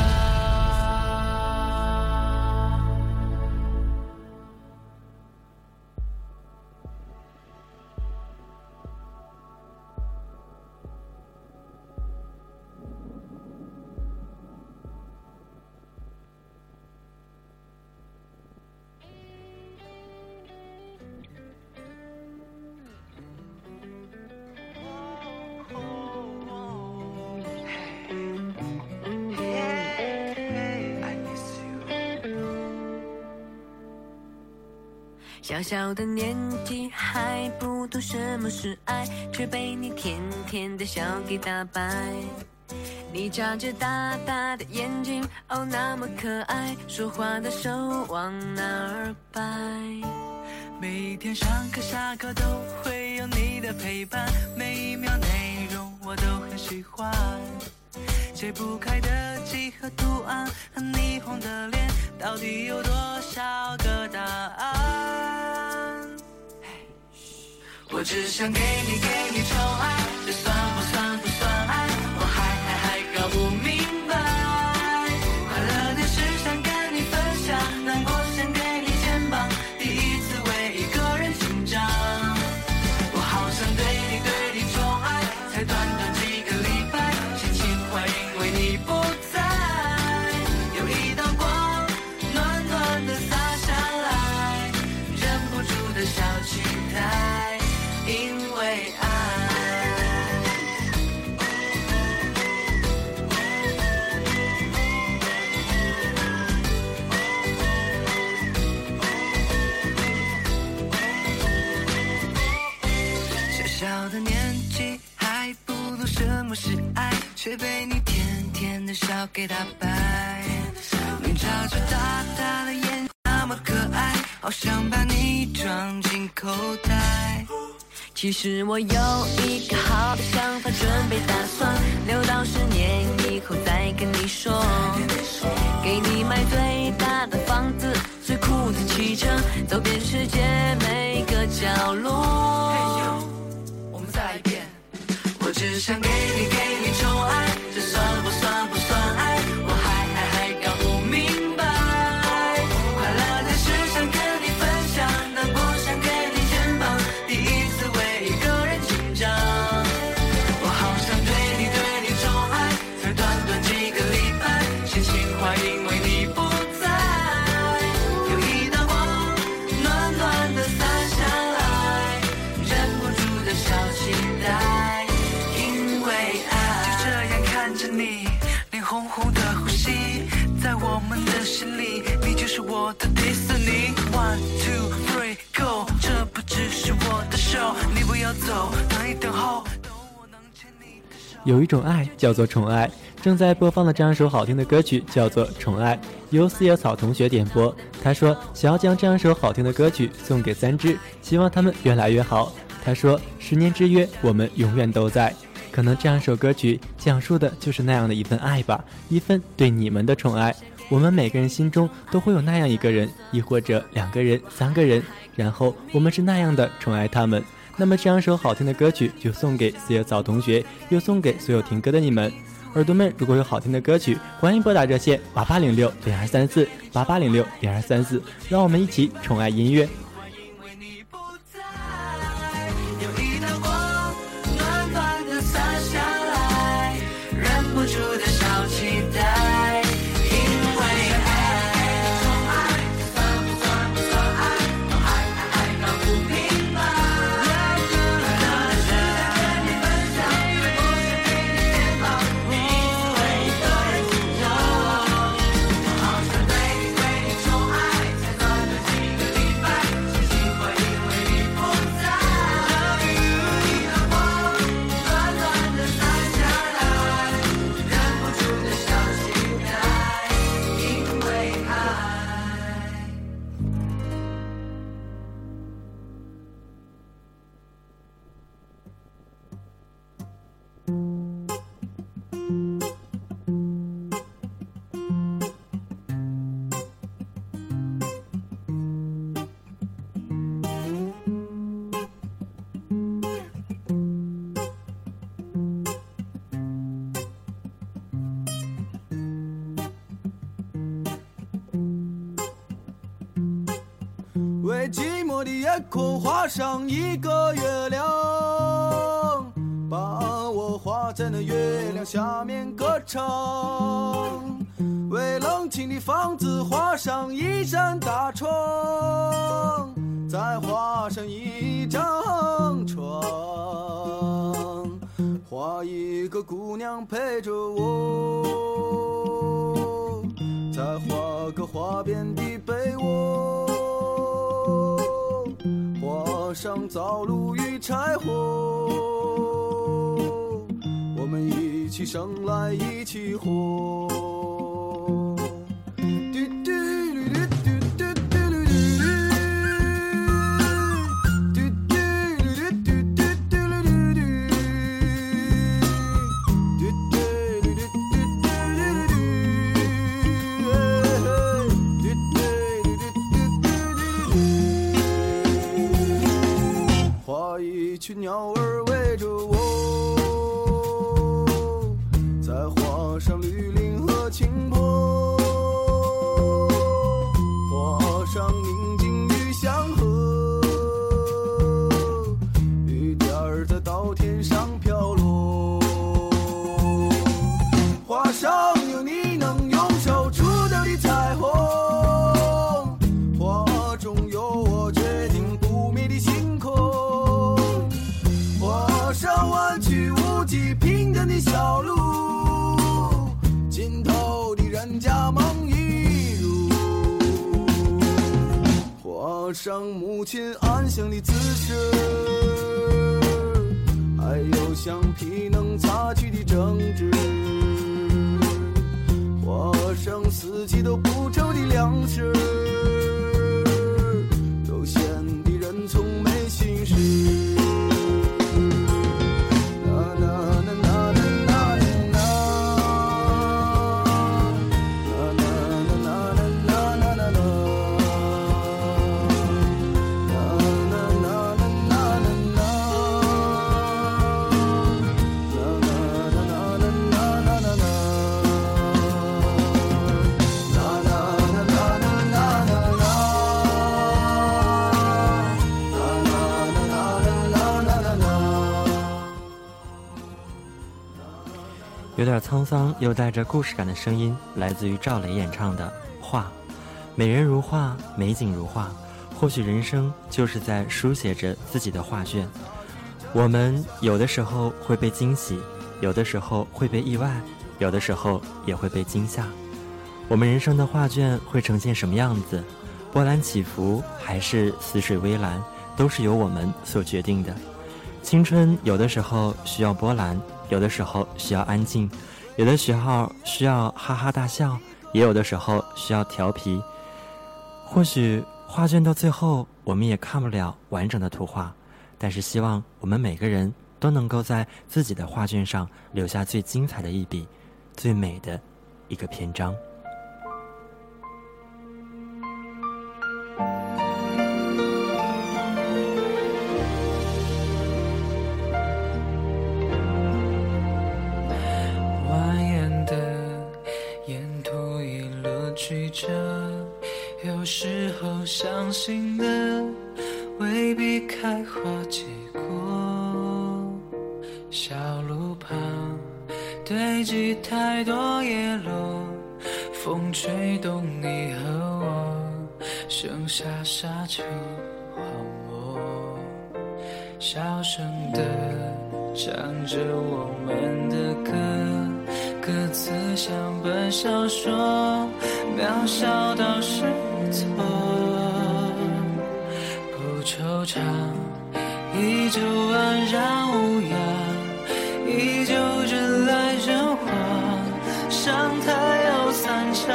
小小的年纪还不懂什么是爱，却被你甜甜的笑给打败。你眨着大大的眼睛，哦，那么可爱，说话的手往哪儿摆？ 每一天上课下课都会有你的陪伴，每一秒内容我都很喜欢。解不开的几何图案和霓虹的脸，到底有多少个答案？我只想给你宠爱，这算不算爱？我还搞不明白。快乐的事想跟你分享，难过想给你肩膀，第一次为一个人紧张。我好想对你宠爱，才短短几个礼拜，心情会因为你不在，有一道光暖暖的洒下来，忍不住的小期待，因为爱。小小的年纪还不懂什么是爱，却被你甜甜的笑给打败。你眨着大大的眼，那么可爱，好想把你装进口袋。 其实我有一个好的想法，准备打算6到10年以后再跟你说，给你买最大的房子，最酷的汽车，走遍世界每个角落。 我们再来一遍。我只想给你宠爱，这算不算爱？我还搞不明白。快乐的事想跟你分享，难过想给你肩膀，第一次为一个人紧张。我好想对你宠爱，才短短几个礼拜，心情坏因为你不在，有一道光暖暖的洒下来，忍不住的小期待，因为爱。就这样看着你，脸红红的呼吸，在我们的心里，你就是我的迪士尼。1, 2, 3, go， 这不只是我的show，你不要走，等一等候。 有一种爱叫做宠爱，正在播放的这样一首好听的歌曲叫做《宠爱》，由四叶草同学点播。他说想要将这样一首好听的歌曲送给3只，希望他们越来越好。他说10年之约，我们永远都在。可能这样一首歌曲讲述的就是那样的一份爱吧，一份对你们的宠爱。我们每个人心中都会有那样一个人，亦或者2个人、3个人，然后我们是那样的宠爱他们。那么这样一首好听的歌曲就送给四叶草同学，又送给所有听歌的你们。耳朵们，如果有好听的歌曲，欢迎拨打热线8806-0234，8806-0234，让我们一起宠爱音乐。 忍不住的小期待，因为爱。宠爱算不算爱？我还搞不明白。快乐的事想跟你分享，我想给你肩膀，第一次为一个人紧张。我好想对你宠爱，才短短几个礼拜，心情会因为你不在，有一道光暖暖的洒下来，忍不住的小期待，因为爱。 寂寞的夜空画上一个月亮，把我画在那月亮下面歌唱。为冷清的房子画上一扇大窗，再画上一张床，画一个姑娘陪着我，再画个花边的被窝，画上灶炉与柴火，我们一起生来一起活。一群鸟儿围着我，再画上绿林和青坡，画上宁静与祥和，雨点儿在稻田上飘落，画上有你能用手触到的彩虹，画中有我决定不灭的星空，上弯曲无际平坦的小路，尽头的人家梦一如，画上母亲安详的姿势，还有橡皮能擦去的争执，画上四季都不愁的粮食，悠闲的人从没心事。 有点沧桑又带着故事感的声音，来自于赵雷演唱的《画》。美人如画，美景如画，或许人生就是在书写着自己的画卷。我们有的时候会被惊喜，有的时候会被意外，有的时候也会被惊吓。我们人生的画卷会呈现什么样子？波澜起伏还是死水微澜，都是由我们所决定的。青春有的时候需要波澜，有的时候需要安静，有的时候需要哈哈大笑，也有的时候需要调皮。或许画卷到最后我们也看不了完整的图画，但是希望我们每个人都能够在自己的画卷上留下最精彩的一笔，最美的一个篇章。 有时候相信的未必开花结果，小路旁堆积太多叶落，风吹动你和我，剩下沙丘荒漠，小声地唱着我们的歌，歌词像本小说，渺小到失措，不惆怅，依旧安然无恙，依旧人来人往，伤它又散场。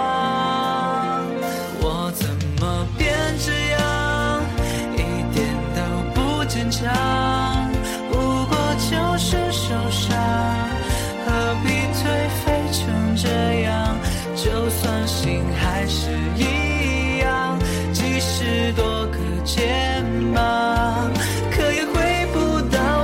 我怎么变这样，一点都不坚强，不过就是受伤，何必颓废成这样，就算心还是一样，即使多个肩膀，可也回不到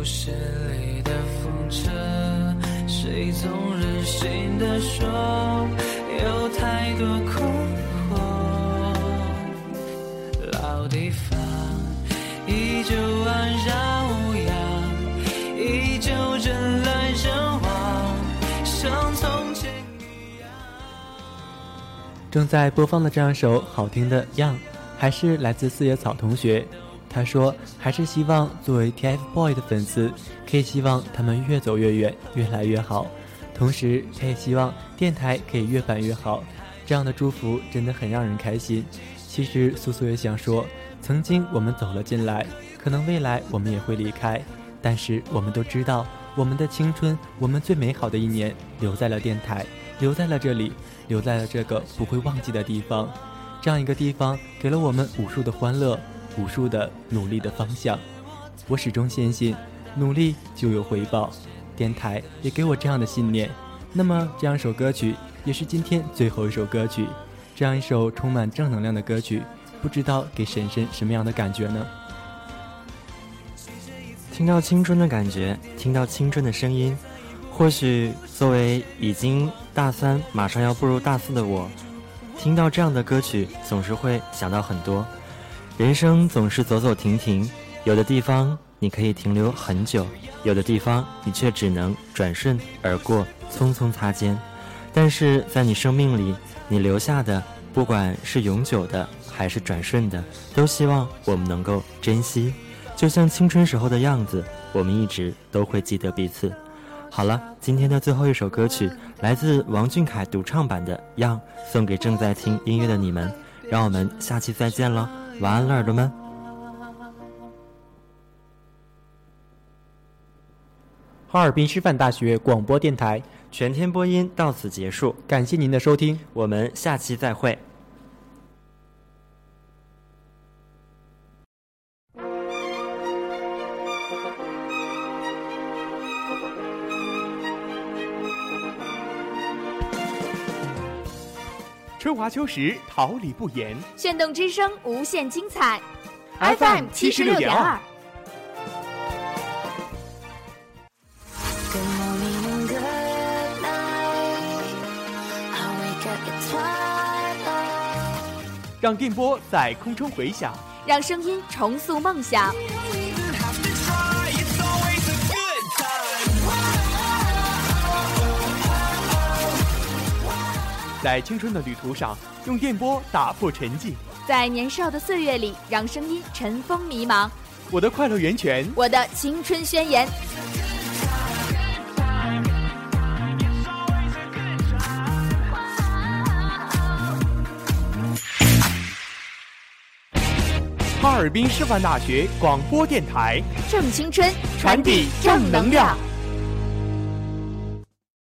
视里的风车，谁总任性地说有太多困惑。老地方依旧安然无恙，依旧人来人往，像从前一样。 正在播放的这样首好听的《样》，还是来自四叶草同学。他说还是希望作为 TFBOYS 的粉丝，可以希望他们越走越远，越来越好，同时他也希望电台可以越办越好。这样的祝福真的很让人开心。其实苏苏也想说，曾经我们走了进来，可能未来我们也会离开，但是我们都知道，我们的青春，我们最美好的一年留在了电台，留在了这里，留在了这个不会忘记的地方。这样一个地方给了我们无数的欢乐，无数的努力的方向。我始终坚信，努力就有回报，电台也给我这样的信念。那么这样一首歌曲也是今天最后一首歌曲，这样一首充满正能量的歌曲，不知道给婶婶什么样的感觉呢？ 听到青春的感觉，听到青春的声音，或许作为已经大三马上要步入大四的我，听到这样的歌曲总是会想到很多。人生总是走走停停，有的地方你可以停留很久，有的地方你却只能转瞬而过，匆匆擦肩。但是在你生命里，你留下的，不管是永久的还是转瞬的，都希望我们能够珍惜。就像青春时候的样子，我们一直都会记得彼此。好了，今天的最后一首歌曲来自王俊凯独唱版的《样》，送给正在听音乐的你们。让我们下期再见了，晚安了耳朵们。 哈尔滨师范大学广播电台全天播音到此结束， 感谢您的收听， 我们下期再会。 春华秋实，桃李不言。 炫动之声，无限精彩。 FM 76.2。让电波在空中回响， 让声音重塑梦想。 在青春的旅途上，用电波打破沉寂； 在年少的岁月里，让声音尘封迷茫。 我的快乐源泉， 我的青春宣言。 哈尔滨师范大学广播电台， 正青春， 传递正能量。